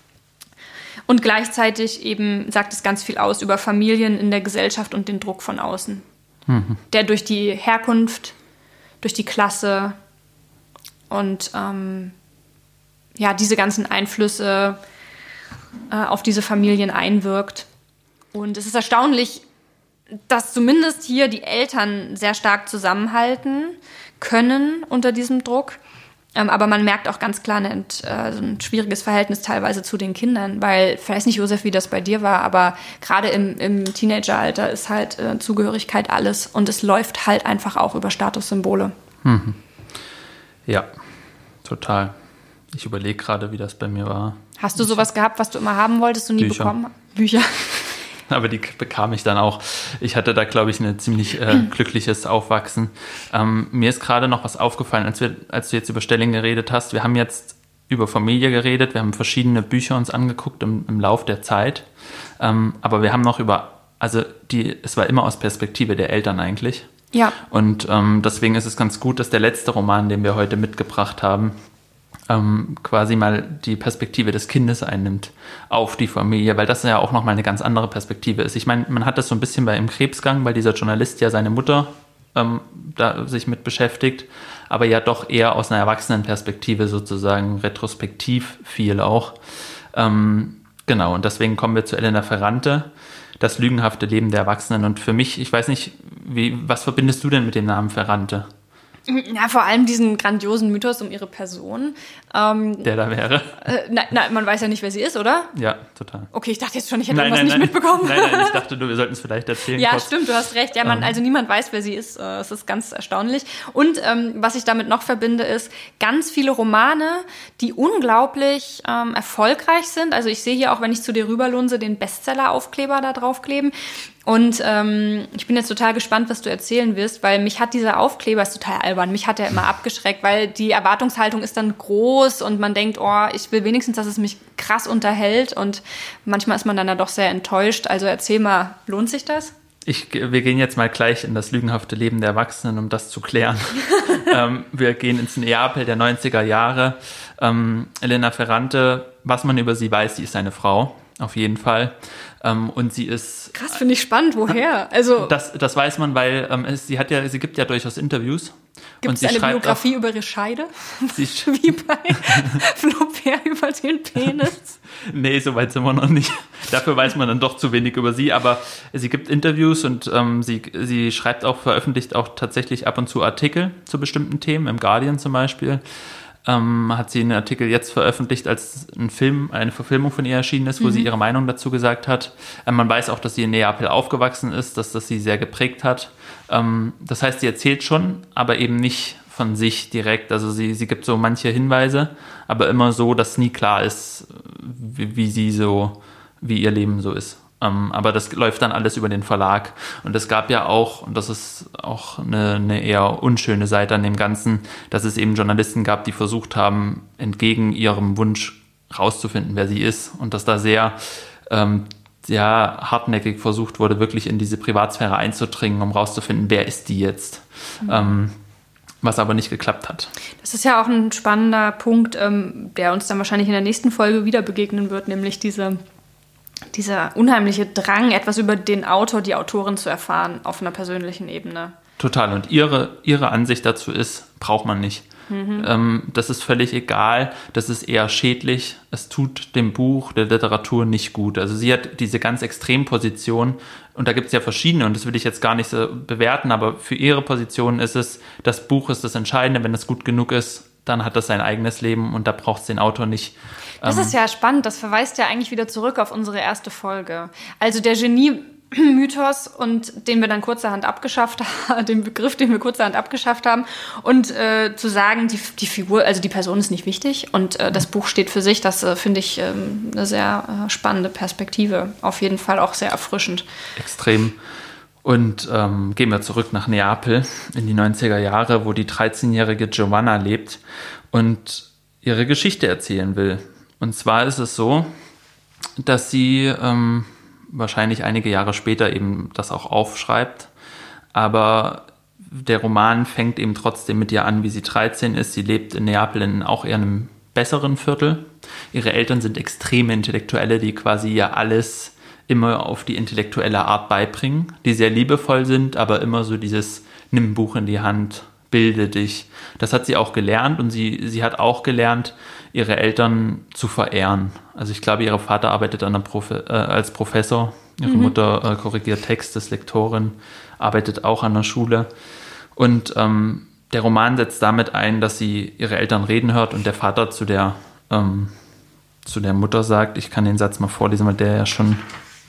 Und gleichzeitig eben sagt es ganz viel aus über Familien in der Gesellschaft und den Druck von außen. Der durch die Herkunft, durch die Klasse und diese ganzen Einflüsse auf diese Familien einwirkt. Und es ist erstaunlich, dass zumindest hier die Eltern sehr stark zusammenhalten können unter diesem Druck. Aber man merkt auch ganz klar so ein schwieriges Verhältnis teilweise zu den Kindern, weil, ich weiß nicht, Josef, wie das bei dir war, aber gerade im Teenageralter ist halt Zugehörigkeit alles und es läuft halt einfach auch über Statussymbole. Ja, total. Ich überlege gerade, wie das bei mir war. Hast du sowas gehabt, was du immer haben wolltest und nie bekommen hast? Bücher. Aber die bekam ich dann auch. Ich hatte da, glaube ich, ein ziemlich glückliches Aufwachsen. Mir ist gerade noch was aufgefallen, als du jetzt über Stelling geredet hast. Wir haben jetzt über Familie geredet, wir haben verschiedene Bücher uns angeguckt im Lauf der Zeit. Aber wir haben noch es war immer aus Perspektive der Eltern eigentlich. Ja. Und deswegen ist es ganz gut, dass der letzte Roman, den wir heute mitgebracht haben, quasi mal die Perspektive des Kindes einnimmt auf die Familie, weil das ja auch nochmal eine ganz andere Perspektive ist. Ich meine, man hat das so ein bisschen Im Krebsgang, weil dieser Journalist ja seine Mutter da sich mit beschäftigt, aber ja doch eher aus einer Erwachsenenperspektive sozusagen retrospektiv viel auch. Genau, und deswegen kommen wir zu Elena Ferrante, das lügenhafte Leben der Erwachsenen. Und für mich, ich weiß nicht, was verbindest du denn mit dem Namen Ferrante? Ja, vor allem diesen grandiosen Mythos um ihre Person. Der da wäre. Man weiß ja nicht, wer sie ist, oder? Ja, total. Okay, ich dachte jetzt schon, ich hätte irgendwas nicht mitbekommen. Nein, ich dachte, wir sollten es vielleicht erzählen. Ja, kurz. Stimmt, du hast recht. Ja, also niemand weiß, wer sie ist. Es ist ganz erstaunlich. Und was ich damit noch verbinde, ist ganz viele Romane, die unglaublich erfolgreich sind. Also ich sehe hier auch, wenn ich zu dir rüberlunse, den Bestseller-Aufkleber da draufkleben. Und ich bin jetzt total gespannt, was du erzählen wirst, weil mich hat dieser Aufkleber, ist total albern, mich hat er immer abgeschreckt, weil die Erwartungshaltung ist dann groß und man denkt, oh, ich will wenigstens, dass es mich krass unterhält und manchmal ist man dann da doch sehr enttäuscht. Also erzähl mal, lohnt sich das? Wir gehen jetzt mal gleich in das lügenhafte Leben der Erwachsenen, um das zu klären. Wir gehen ins Neapel der 90er Jahre. Elena Ferrante, was man über sie weiß, sie ist eine Frau. auf jeden Fall. Und sie ist... Krass, finde ich spannend. Woher? Also Das weiß man, weil sie gibt ja durchaus Interviews. Gibt es eine Biografie über ihre Scheide? Wie bei Flaubert über den Penis? Nee, so weit sind wir noch nicht. Dafür weiß man dann doch zu wenig über sie. Aber sie gibt Interviews und sie veröffentlicht auch tatsächlich ab und zu Artikel zu bestimmten Themen, im Guardian zum Beispiel. Hat sie einen Artikel jetzt veröffentlicht, als eine Verfilmung von ihr erschienen ist, wo sie ihre Meinung dazu gesagt hat. Man weiß auch, dass sie in Neapel aufgewachsen ist, dass das sie sehr geprägt hat. Das heißt, sie erzählt schon, aber eben nicht von sich direkt. Also sie gibt so manche Hinweise, aber immer so, dass nie klar ist, wie ihr Leben so ist. Aber das läuft dann alles über den Verlag. Und es gab ja auch, und das ist auch eine eher unschöne Seite an dem Ganzen, dass es eben Journalisten gab, die versucht haben, entgegen ihrem Wunsch rauszufinden, wer sie ist. Und dass da sehr hartnäckig versucht wurde, wirklich in diese Privatsphäre einzudringen, um rauszufinden, wer ist die jetzt. Was aber nicht geklappt hat. Das ist ja auch ein spannender Punkt, der uns dann wahrscheinlich in der nächsten Folge wieder begegnen wird, nämlich dieser unheimliche Drang, etwas über den Autor, die Autorin zu erfahren, auf einer persönlichen Ebene. Total. Und ihre Ansicht dazu ist, braucht man nicht. Das ist völlig egal. Das ist eher schädlich. Es tut dem Buch, der Literatur nicht gut. Also sie hat diese ganz Extremposition und da gibt es ja verschiedene und das will ich jetzt gar nicht so bewerten, aber für ihre Position ist es, das Buch ist das Entscheidende. Wenn es gut genug ist, dann hat das sein eigenes Leben und da braucht es den Autor nicht. Das ist ja spannend, das verweist ja eigentlich wieder zurück auf unsere erste Folge. Also der Genie-Mythos und den wir dann kurzerhand abgeschafft haben, den Begriff, den wir kurzerhand abgeschafft haben und zu sagen, die Figur, also die Person ist nicht wichtig und das Buch steht für sich, das finde ich eine sehr spannende Perspektive. Auf jeden Fall auch sehr erfrischend. Extrem. Und gehen wir zurück nach Neapel in die 90er Jahre, wo die 13-jährige Giovanna lebt und ihre Geschichte erzählen will. Und zwar ist es so, dass sie wahrscheinlich einige Jahre später eben das auch aufschreibt, aber der Roman fängt eben trotzdem mit ihr an, wie sie 13 ist. Sie lebt in Neapel in auch eher einem besseren Viertel. Ihre Eltern sind extreme Intellektuelle, die quasi ihr alles immer auf die intellektuelle Art beibringen, die sehr liebevoll sind, aber immer so dieses, nimm ein Buch in die Hand, bilde dich. Das hat sie auch gelernt und sie hat auch gelernt, ihre Eltern zu verehren. Also ich glaube, ihr Vater arbeitet als Professor, ihre Mutter korrigiert Text, ist Lektorin, arbeitet auch an der Schule. Und der Roman setzt damit ein, dass sie ihre Eltern reden hört und der Vater zu der Mutter sagt, ich kann den Satz mal vorlesen, weil der ja schon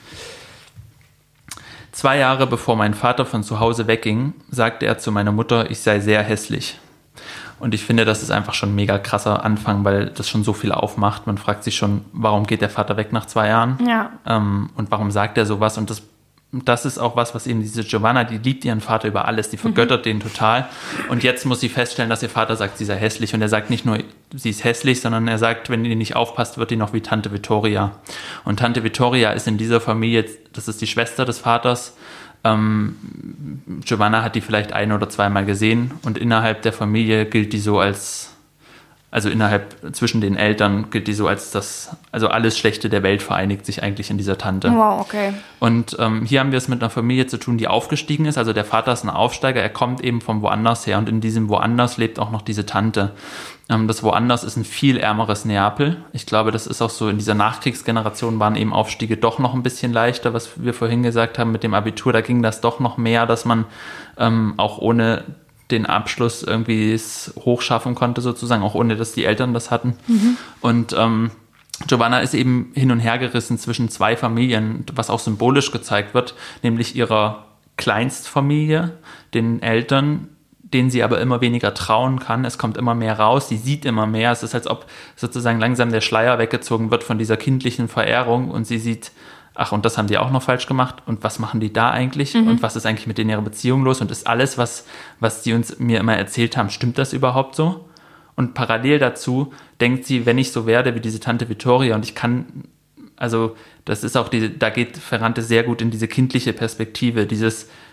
2 Jahre bevor mein Vater von zu Hause wegging, sagte er zu meiner Mutter, ich sei sehr hässlich. Und ich finde, das ist einfach schon ein mega krasser Anfang, weil das schon so viel aufmacht. Man fragt sich schon, warum geht der Vater weg nach 2 Jahren? Ja. Und warum sagt er sowas? Und das ist auch was eben diese Giovanna, die liebt ihren Vater über alles, die vergöttert den total. Und jetzt muss sie feststellen, dass ihr Vater sagt, sie sei hässlich. Und er sagt nicht nur, sie ist hässlich, sondern er sagt, wenn die nicht aufpasst, wird die noch wie Tante Vittoria. Und Tante Vittoria ist in dieser Familie, das ist die Schwester des Vaters. Giovanna hat die vielleicht 1 oder 2 Mal gesehen und innerhalb der Familie gilt die so als, also zwischen den Eltern gilt die so als also alles Schlechte der Welt vereinigt sich eigentlich in dieser Tante. Wow, okay. Und hier haben wir es mit einer Familie zu tun, die aufgestiegen ist. Also der Vater ist ein Aufsteiger, er kommt eben von woanders her und in diesem Woanders lebt auch noch diese Tante. Das Woanders ist ein viel ärmeres Neapel. Ich glaube, das ist auch so, in dieser Nachkriegsgeneration waren eben Aufstiege doch noch ein bisschen leichter, was wir vorhin gesagt haben mit dem Abitur. Da ging das doch noch mehr, dass man auch ohne den Abschluss irgendwie es hochschaffen konnte sozusagen, auch ohne, dass die Eltern das hatten. Und Giovanna ist eben hin und her gerissen zwischen 2 Familien, was auch symbolisch gezeigt wird, nämlich ihrer Kleinstfamilie, den Eltern, denen sie aber immer weniger trauen kann. Es kommt immer mehr raus, sie sieht immer mehr. Es ist, als ob sozusagen langsam der Schleier weggezogen wird von dieser kindlichen Verehrung und sie sieht, ach, und das haben die auch noch falsch gemacht und was machen die da eigentlich und was ist eigentlich mit denen ihrer Beziehung los und ist alles, was die mir immer erzählt haben, stimmt das überhaupt so? Und parallel dazu denkt sie, wenn ich so werde wie diese Tante Vittoria und ich kann, also das ist auch da geht Ferrante sehr gut in diese kindliche Perspektive, dieses,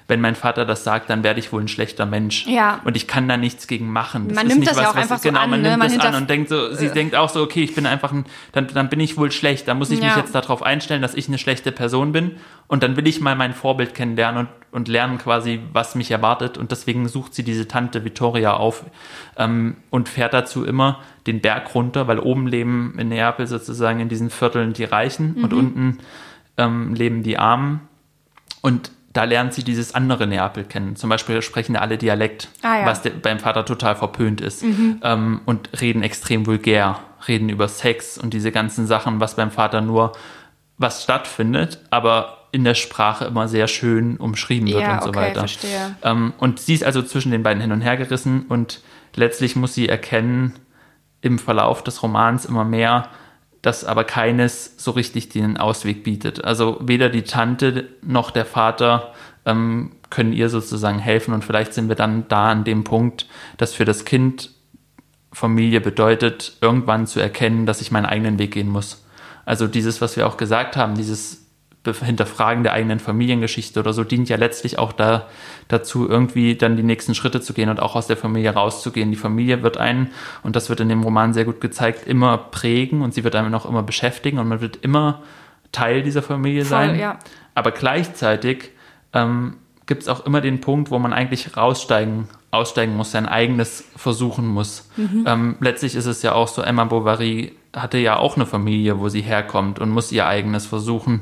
wenn mein Vater das sagt, dann werde ich wohl ein schlechter Mensch. Ja. Und ich kann da nichts gegen machen. Man nimmt das ja auch einfach so an. Man nimmt das an und denkt so, sie denkt auch so, okay, ich bin einfach dann bin ich wohl schlecht. Da muss ich mich jetzt darauf einstellen, dass ich eine schlechte Person bin. Und dann will ich mal mein Vorbild kennenlernen und lernen quasi, was mich erwartet. Und deswegen sucht sie diese Tante Vittoria auf und fährt dazu immer den Berg runter, weil oben leben in Neapel sozusagen in diesen Vierteln die Reichen und unten leben die Armen. Und da lernt sie dieses andere Neapel kennen. Zum Beispiel sprechen alle Dialekt, was beim Vater total verpönt ist. Und reden extrem vulgär, reden über Sex und diese ganzen Sachen, was beim Vater nur was stattfindet, aber in der Sprache immer sehr schön umschrieben wird und so weiter. Verstehe. Und sie ist also zwischen den beiden hin und her gerissen und letztlich muss sie erkennen, im Verlauf des Romans immer mehr, dass aber keines so richtig den Ausweg bietet. Also weder die Tante noch der Vater können ihr sozusagen helfen und vielleicht sind wir dann da an dem Punkt, dass für das Kind Familie bedeutet, irgendwann zu erkennen, dass ich meinen eigenen Weg gehen muss. Also dieses, was wir auch gesagt haben, dieses Hinterfragen der eigenen Familiengeschichte oder so, dient ja letztlich auch dazu, irgendwie dann die nächsten Schritte zu gehen und auch aus der Familie rauszugehen. Die Familie wird einen, und das wird in dem Roman sehr gut gezeigt, immer prägen und sie wird einen auch immer beschäftigen und man wird immer Teil dieser Familie sein. Ja. Aber gleichzeitig gibt es auch immer den Punkt, wo man eigentlich aussteigen muss, sein eigenes versuchen muss. Letztlich ist es ja auch so, Emma Bovary hatte ja auch eine Familie, wo sie herkommt und muss ihr eigenes versuchen.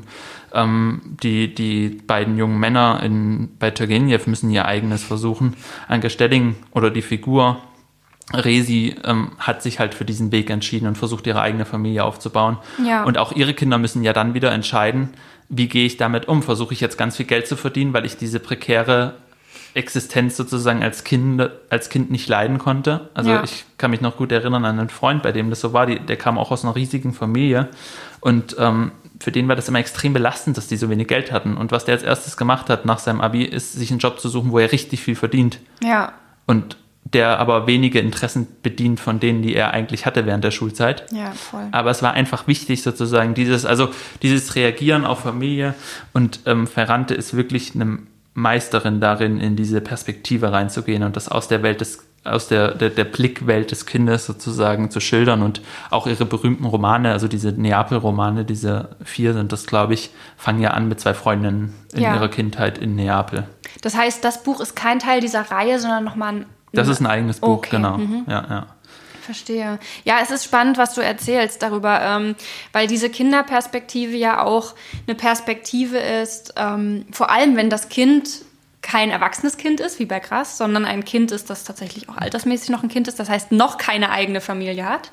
Die beiden jungen Männer bei Turgenev müssen ihr eigenes versuchen. Anke Stelling oder die Figur Resi hat sich halt für diesen Weg entschieden und versucht, ihre eigene Familie aufzubauen. Ja. Und auch ihre Kinder müssen ja dann wieder entscheiden, wie gehe ich damit um? Versuche ich jetzt ganz viel Geld zu verdienen, weil ich diese prekäre Existenz sozusagen als Kind nicht leiden konnte. Also ich kann mich noch gut erinnern an einen Freund, bei dem das so war. Der kam auch aus einer riesigen Familie und für den war das immer extrem belastend, dass die so wenig Geld hatten. Und was der als erstes gemacht hat nach seinem Abi, ist, sich einen Job zu suchen, wo er richtig viel verdient. Ja. Und der aber wenige Interessen bedient von denen, die er eigentlich hatte während der Schulzeit. Ja, voll. Aber es war einfach wichtig sozusagen, dieses Reagieren auf Familie. Und Ferrante ist wirklich eine Meisterin darin, in diese Perspektive reinzugehen und das aus der Welt aus der Blickwelt des Kindes sozusagen zu schildern und auch ihre berühmten Romane, also diese Neapel-Romane, diese 4 sind das, glaube ich, fangen ja an mit 2 Freundinnen in ihrer Kindheit in Neapel. Das heißt, das Buch ist kein Teil dieser Reihe, sondern nochmal Das ist ein eigenes Buch, genau. Ja. Verstehe. Ja, es ist spannend, was du erzählst darüber, weil diese Kinderperspektive ja auch eine Perspektive ist, vor allem wenn das Kind kein erwachsenes Kind ist, wie bei Grass, sondern ein Kind ist, das tatsächlich auch altersmäßig noch ein Kind ist, das heißt noch keine eigene Familie hat,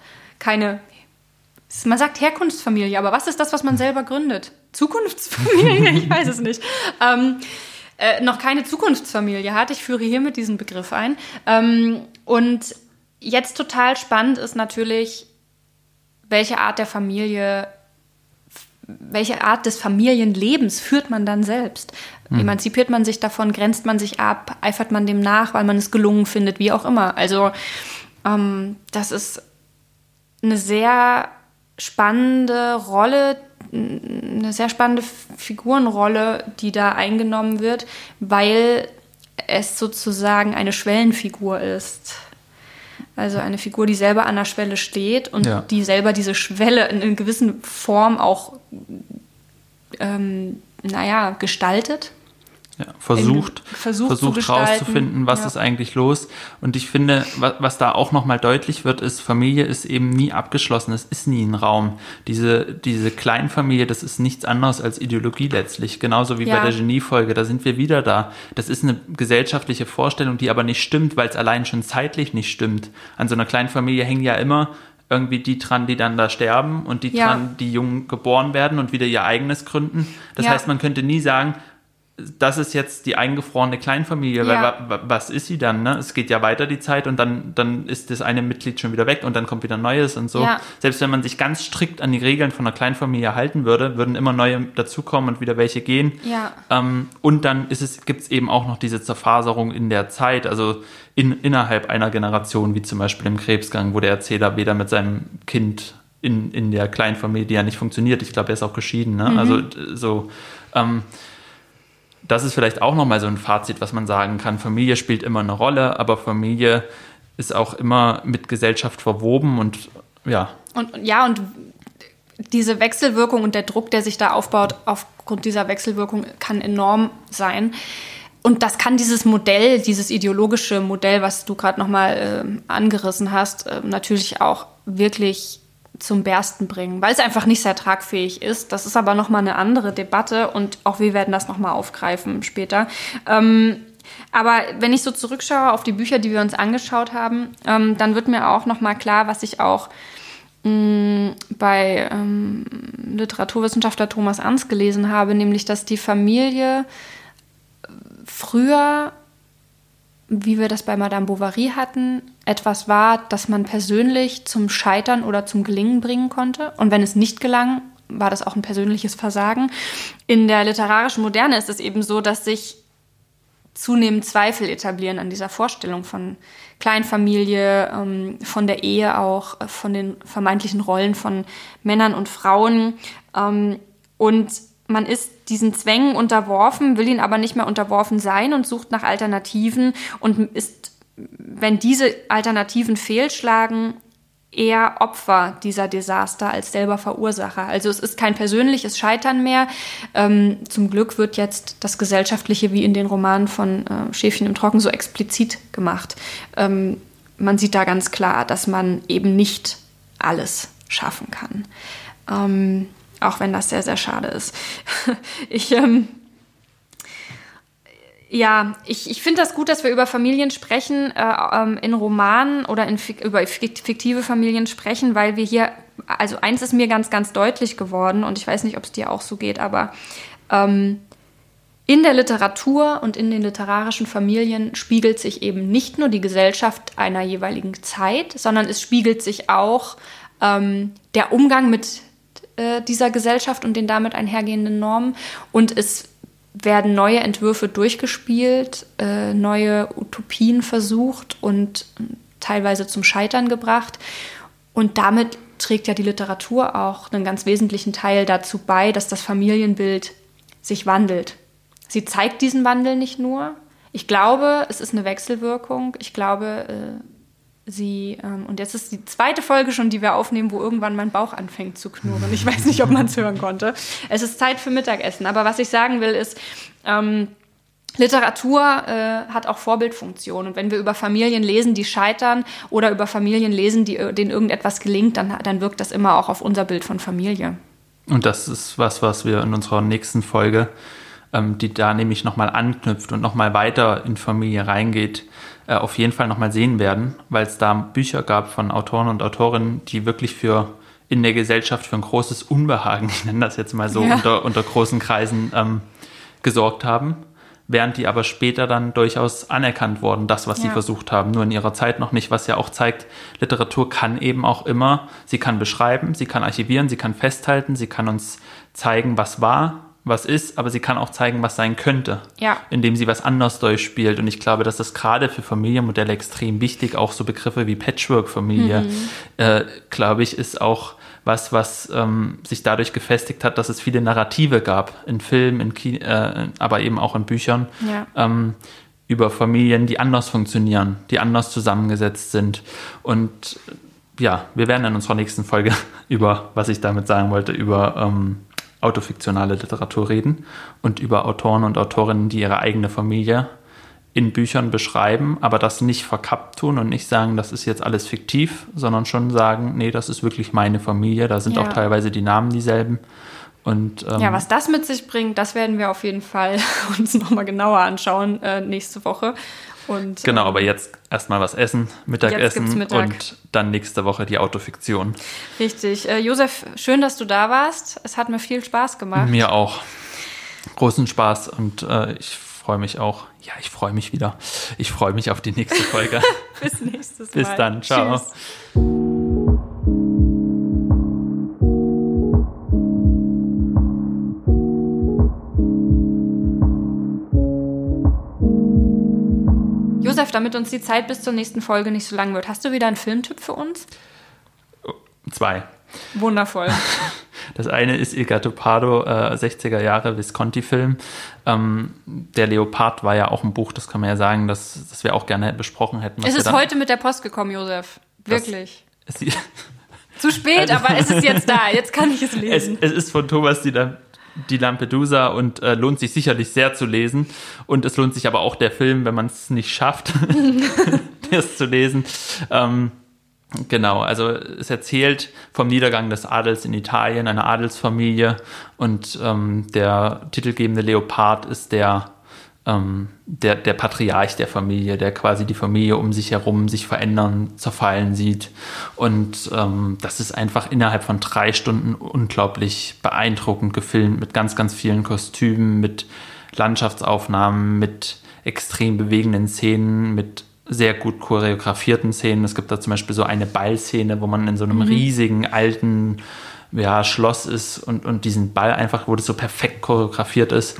man sagt Herkunftsfamilie, aber was ist das, was man selber gründet? Zukunftsfamilie? Ich weiß es nicht. Noch keine Zukunftsfamilie hat. Ich führe hiermit diesen Begriff ein. Und jetzt total spannend ist natürlich, welche Art des Familienlebens führt man dann selbst? Emanzipiert man sich davon, grenzt man sich ab, eifert man dem nach, weil man es gelungen findet, wie auch immer. Also das ist eine sehr spannende Rolle, eine sehr spannende Figurenrolle, die da eingenommen wird, weil es sozusagen eine Schwellenfigur ist. Also eine Figur, die selber an der Schwelle steht und die selber diese Schwelle in einer gewissen Form auch gestaltet. Ja, versucht rauszufinden, was ist eigentlich los. Und ich finde, was da auch nochmal deutlich wird, ist, Familie ist eben nie abgeschlossen, es ist nie ein Raum. Diese Kleinfamilie, das ist nichts anderes als Ideologie letztlich, genauso wie bei der Genie-Folge, da sind wir wieder da. Das ist eine gesellschaftliche Vorstellung, die aber nicht stimmt, weil es allein schon zeitlich nicht stimmt. An so einer Kleinfamilie hängen ja immer irgendwie die dran, die dann da sterben und die dran, die jung geboren werden und wieder ihr eigenes gründen. Das heißt, man könnte nie sagen, das ist jetzt die eingefrorene Kleinfamilie, weil was ist sie dann? Ne? Es geht ja weiter die Zeit und dann ist das eine Mitglied schon wieder weg und dann kommt wieder ein neues und so. Ja. Selbst wenn man sich ganz strikt an die Regeln von einer Kleinfamilie halten würde, würden immer neue dazukommen und wieder welche gehen. Ja. Und dann gibt es eben auch noch diese Zerfaserung in der Zeit, also innerhalb einer Generation, wie zum Beispiel im Krebsgang, wo der Erzähler weder mit seinem Kind in der Kleinfamilie, die ja nicht funktioniert, ich glaube, er ist auch geschieden, ne? Also so das ist vielleicht auch nochmal so ein Fazit, was man sagen kann. Familie spielt immer eine Rolle, aber Familie ist auch immer mit Gesellschaft verwoben und ja. Und diese Wechselwirkung und der Druck, der sich da aufbaut, aufgrund dieser Wechselwirkung, kann enorm sein. Und das kann dieses Modell, dieses ideologische Modell, was du gerade nochmal angerissen hast, natürlich auch wirklich zum Bersten bringen, weil es einfach nicht sehr tragfähig ist. Das ist aber nochmal eine andere Debatte und auch wir werden das nochmal aufgreifen später. Aber wenn ich so zurückschaue auf die Bücher, die wir uns angeschaut haben, dann wird mir auch nochmal klar, was ich auch bei Literaturwissenschaftler Thomas Ernst gelesen habe, nämlich, dass die Familie früher, wie wir das bei Madame Bovary hatten, etwas war, das man persönlich zum Scheitern oder zum Gelingen bringen konnte. Und wenn es nicht gelang, war das auch ein persönliches Versagen. In der literarischen Moderne ist es eben so, dass sich zunehmend Zweifel etablieren an dieser Vorstellung von Kleinfamilie, von der Ehe auch, von den vermeintlichen Rollen von Männern und Frauen. Und man ist diesen Zwängen unterworfen, will ihnen aber nicht mehr unterworfen sein und sucht nach Alternativen und ist, wenn diese Alternativen fehlschlagen, eher Opfer dieser Desaster als selber Verursacher. Also es ist kein persönliches Scheitern mehr. Zum Glück wird jetzt das Gesellschaftliche wie in den Romanen von Schäfchen im Trocken so explizit gemacht. Man sieht da ganz klar, dass man eben nicht alles schaffen kann. Auch wenn das sehr, sehr schade ist. Ich finde das gut, dass wir über Familien sprechen, in Romanen oder über fiktive Familien sprechen, weil wir hier, also eins ist mir ganz, ganz deutlich geworden und ich weiß nicht, ob es dir auch so geht, aber in der Literatur und in den literarischen Familien spiegelt sich eben nicht nur die Gesellschaft einer jeweiligen Zeit, sondern es spiegelt sich auch der Umgang mit dieser Gesellschaft und den damit einhergehenden Normen und es werden neue Entwürfe durchgespielt, neue Utopien versucht und teilweise zum Scheitern gebracht. Und damit trägt ja die Literatur auch einen ganz wesentlichen Teil dazu bei, dass das Familienbild sich wandelt. Sie zeigt diesen Wandel nicht nur. Ich glaube, es ist eine Wechselwirkung. Ich glaube, und jetzt ist die zweite Folge schon, die wir aufnehmen, wo irgendwann mein Bauch anfängt zu knurren. Ich weiß nicht, ob man es hören konnte. Es ist Zeit für Mittagessen. Aber was ich sagen will, ist, Literatur hat auch Vorbildfunktion. Und wenn wir über Familien lesen, die scheitern, oder über Familien lesen, denen irgendetwas gelingt, dann wirkt das immer auch auf unser Bild von Familie. Und das ist was wir in unserer nächsten Folge, die da nämlich nochmal anknüpft und nochmal weiter in Familie reingeht, auf jeden Fall nochmal sehen werden, weil es da Bücher gab von Autoren und Autorinnen, die wirklich in der Gesellschaft für ein großes Unbehagen, ich nenne das jetzt mal so, unter großen Kreisen gesorgt haben, während die aber später dann durchaus anerkannt wurden, das, was sie versucht haben, nur in ihrer Zeit noch nicht, was ja auch zeigt, Literatur kann eben auch immer, sie kann beschreiben, sie kann archivieren, sie kann festhalten, sie kann uns zeigen, was war, was ist, aber sie kann auch zeigen, was sein könnte, indem sie was anders durchspielt. Und ich glaube, das ist gerade für Familienmodelle extrem wichtig. Auch so Begriffe wie Patchwork-Familie, glaube ich, ist auch was sich dadurch gefestigt hat, dass es viele Narrative gab, in Filmen, in Kino, aber eben auch in Büchern, über Familien, die anders funktionieren, die anders zusammengesetzt sind. Und ja, wir werden in unserer nächsten Folge was ich damit sagen wollte, über autofiktionale Literatur reden und über Autoren und Autorinnen, die ihre eigene Familie in Büchern beschreiben, aber das nicht verkappt tun und nicht sagen, das ist jetzt alles fiktiv, sondern schon sagen, nee, das ist wirklich meine Familie, da sind auch teilweise die Namen dieselben. Und, was das mit sich bringt, das werden wir auf jeden Fall uns nochmal genauer anschauen nächste Woche. Und, genau, aber jetzt erstmal was essen, Mittagessen und dann nächste Woche die Autofiktion. Richtig. Josef, schön, dass du da warst. Es hat mir viel Spaß gemacht. Mir auch. Großen Spaß und ich freue mich auch. Ja, ich freue mich wieder. Ich freue mich auf die nächste Folge. Bis nächstes Mal. Bis dann. Ciao. Tschüss. Josef, damit uns die Zeit bis zur nächsten Folge nicht so lang wird, hast du wieder einen Filmtipp für uns? 2. Wundervoll. Das eine ist Il Gattopardo, 60er Jahre Visconti-Film. Der Leopard war ja auch ein Buch, das kann man ja sagen, das wir auch gerne besprochen hätten. Es ist heute mit der Post gekommen, Josef. Wirklich. Zu spät, Also, aber es ist jetzt da. Jetzt kann ich es lesen. Es ist von Thomas die Lampedusa und lohnt sich sicherlich sehr zu lesen. Und es lohnt sich aber auch der Film, wenn man es nicht schafft, das zu lesen. Genau, also es erzählt vom Niedergang des Adels in Italien, einer Adelsfamilie. Und der titelgebende Leopard ist der Patriarch der Familie, der quasi die Familie um sich herum sich verändern, zerfallen sieht. Und das ist einfach innerhalb von 3 Stunden unglaublich beeindruckend gefilmt, mit ganz, ganz vielen Kostümen, mit Landschaftsaufnahmen, mit extrem bewegenden Szenen, mit sehr gut choreografierten Szenen. Es gibt da zum Beispiel so eine Ballszene, wo man in so einem riesigen alten Schloss ist und diesen Ball einfach, wo das so perfekt choreografiert ist.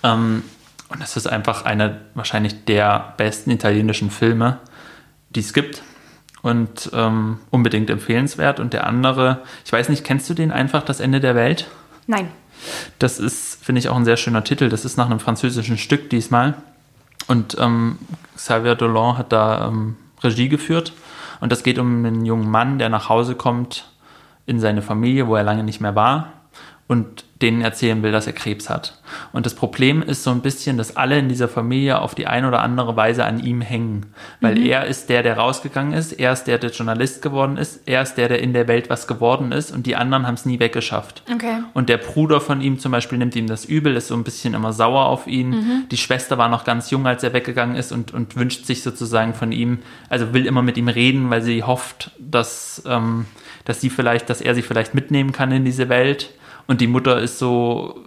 Und es ist einfach einer wahrscheinlich der besten italienischen Filme, die es gibt. Und unbedingt empfehlenswert. Und der andere, ich weiß nicht, kennst du den einfach, Das Ende der Welt? Nein. Das ist, finde ich, auch ein sehr schöner Titel. Das ist nach einem französischen Stück diesmal. Und Xavier Dolan hat da Regie geführt. Und das geht um einen jungen Mann, der nach Hause kommt in seine Familie, wo er lange nicht mehr war. Und denen erzählen will, dass er Krebs hat. Und das Problem ist so ein bisschen, dass alle in dieser Familie auf die eine oder andere Weise an ihm hängen. Weil er ist der rausgegangen ist, er ist der Journalist geworden ist, er ist der in der Welt was geworden ist und die anderen haben es nie weggeschafft. Okay. Und der Bruder von ihm zum Beispiel nimmt ihm das übel, ist so ein bisschen immer sauer auf ihn. Die Schwester war noch ganz jung, als er weggegangen ist und wünscht sich sozusagen von ihm, also will immer mit ihm reden, weil sie hofft, dass er sie vielleicht mitnehmen kann in diese Welt. Und die Mutter ist so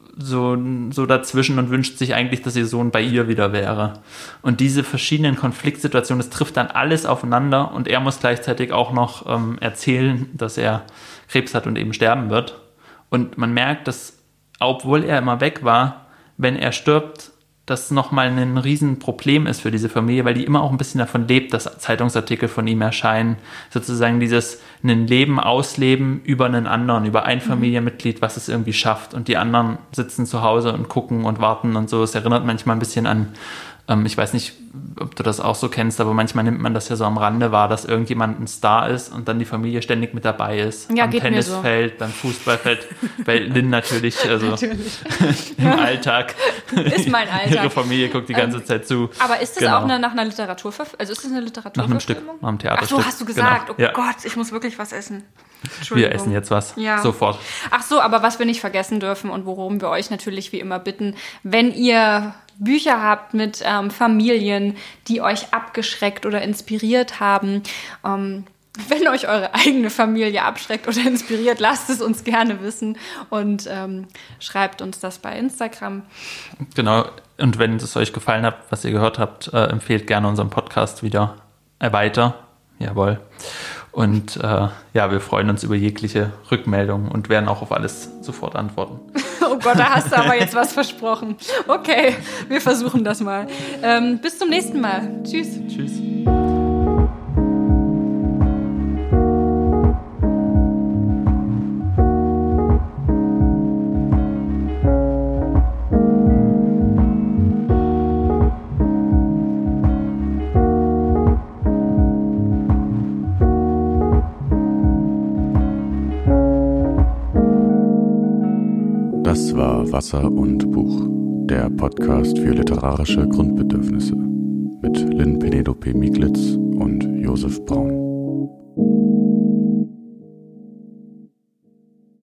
dazwischen und wünscht sich eigentlich, dass ihr Sohn bei ihr wieder wäre. Und diese verschiedenen Konfliktsituationen, das trifft dann alles aufeinander und er muss gleichzeitig auch noch erzählen, dass er Krebs hat und eben sterben wird. Und man merkt, dass, obwohl er immer weg war, wenn er stirbt, das nochmal ein Riesenproblem ist für diese Familie, weil die immer auch ein bisschen davon lebt, dass Zeitungsartikel von ihm erscheinen. Sozusagen dieses ein Leben ausleben über einen anderen, über ein Familienmitglied, was es irgendwie schafft. Und die anderen sitzen zu Hause und gucken und warten und so. Es erinnert manchmal ein bisschen an, ich weiß nicht, ob du das auch so kennst, aber manchmal nimmt man das ja so am Rande wahr, dass irgendjemand ein Star ist und dann die Familie ständig mit dabei ist. Ja, am Tennisfeld, so. Beim Fußballfeld, bei Lynn natürlich, also natürlich. im Alltag. Ist mein Alltag. Ihre Familie guckt die ganze Zeit zu. Aber ist das auch nach einer Literaturverfilmung? Also ist das eine Literaturverfilmung? Nach einem Stück, nach einem Theaterstück. Ach so, hast du gesagt. Genau. Oh Gott, ich muss wirklich was essen. Wir essen jetzt was. Ja. Sofort. Ach so, aber was wir nicht vergessen dürfen und worum wir euch natürlich wie immer bitten, wenn ihr Bücher habt mit Familien, die euch abgeschreckt oder inspiriert haben, wenn euch eure eigene Familie abschreckt oder inspiriert, lasst es uns gerne wissen und schreibt uns das bei Instagram. Genau, und wenn es euch gefallen hat, was ihr gehört habt, empfehlt gerne unseren Podcast wieder weiter. Jawohl. Und wir freuen uns über jegliche Rückmeldungen und werden auch auf alles sofort antworten. Oh Gott, da hast du aber jetzt was versprochen. Okay, wir versuchen das mal. Bis zum nächsten Mal. Tschüss. Tschüss. Das war Wasser und Buch, der Podcast für literarische Grundbedürfnisse mit Lynn Penelope Mieglitz und Josef Braun.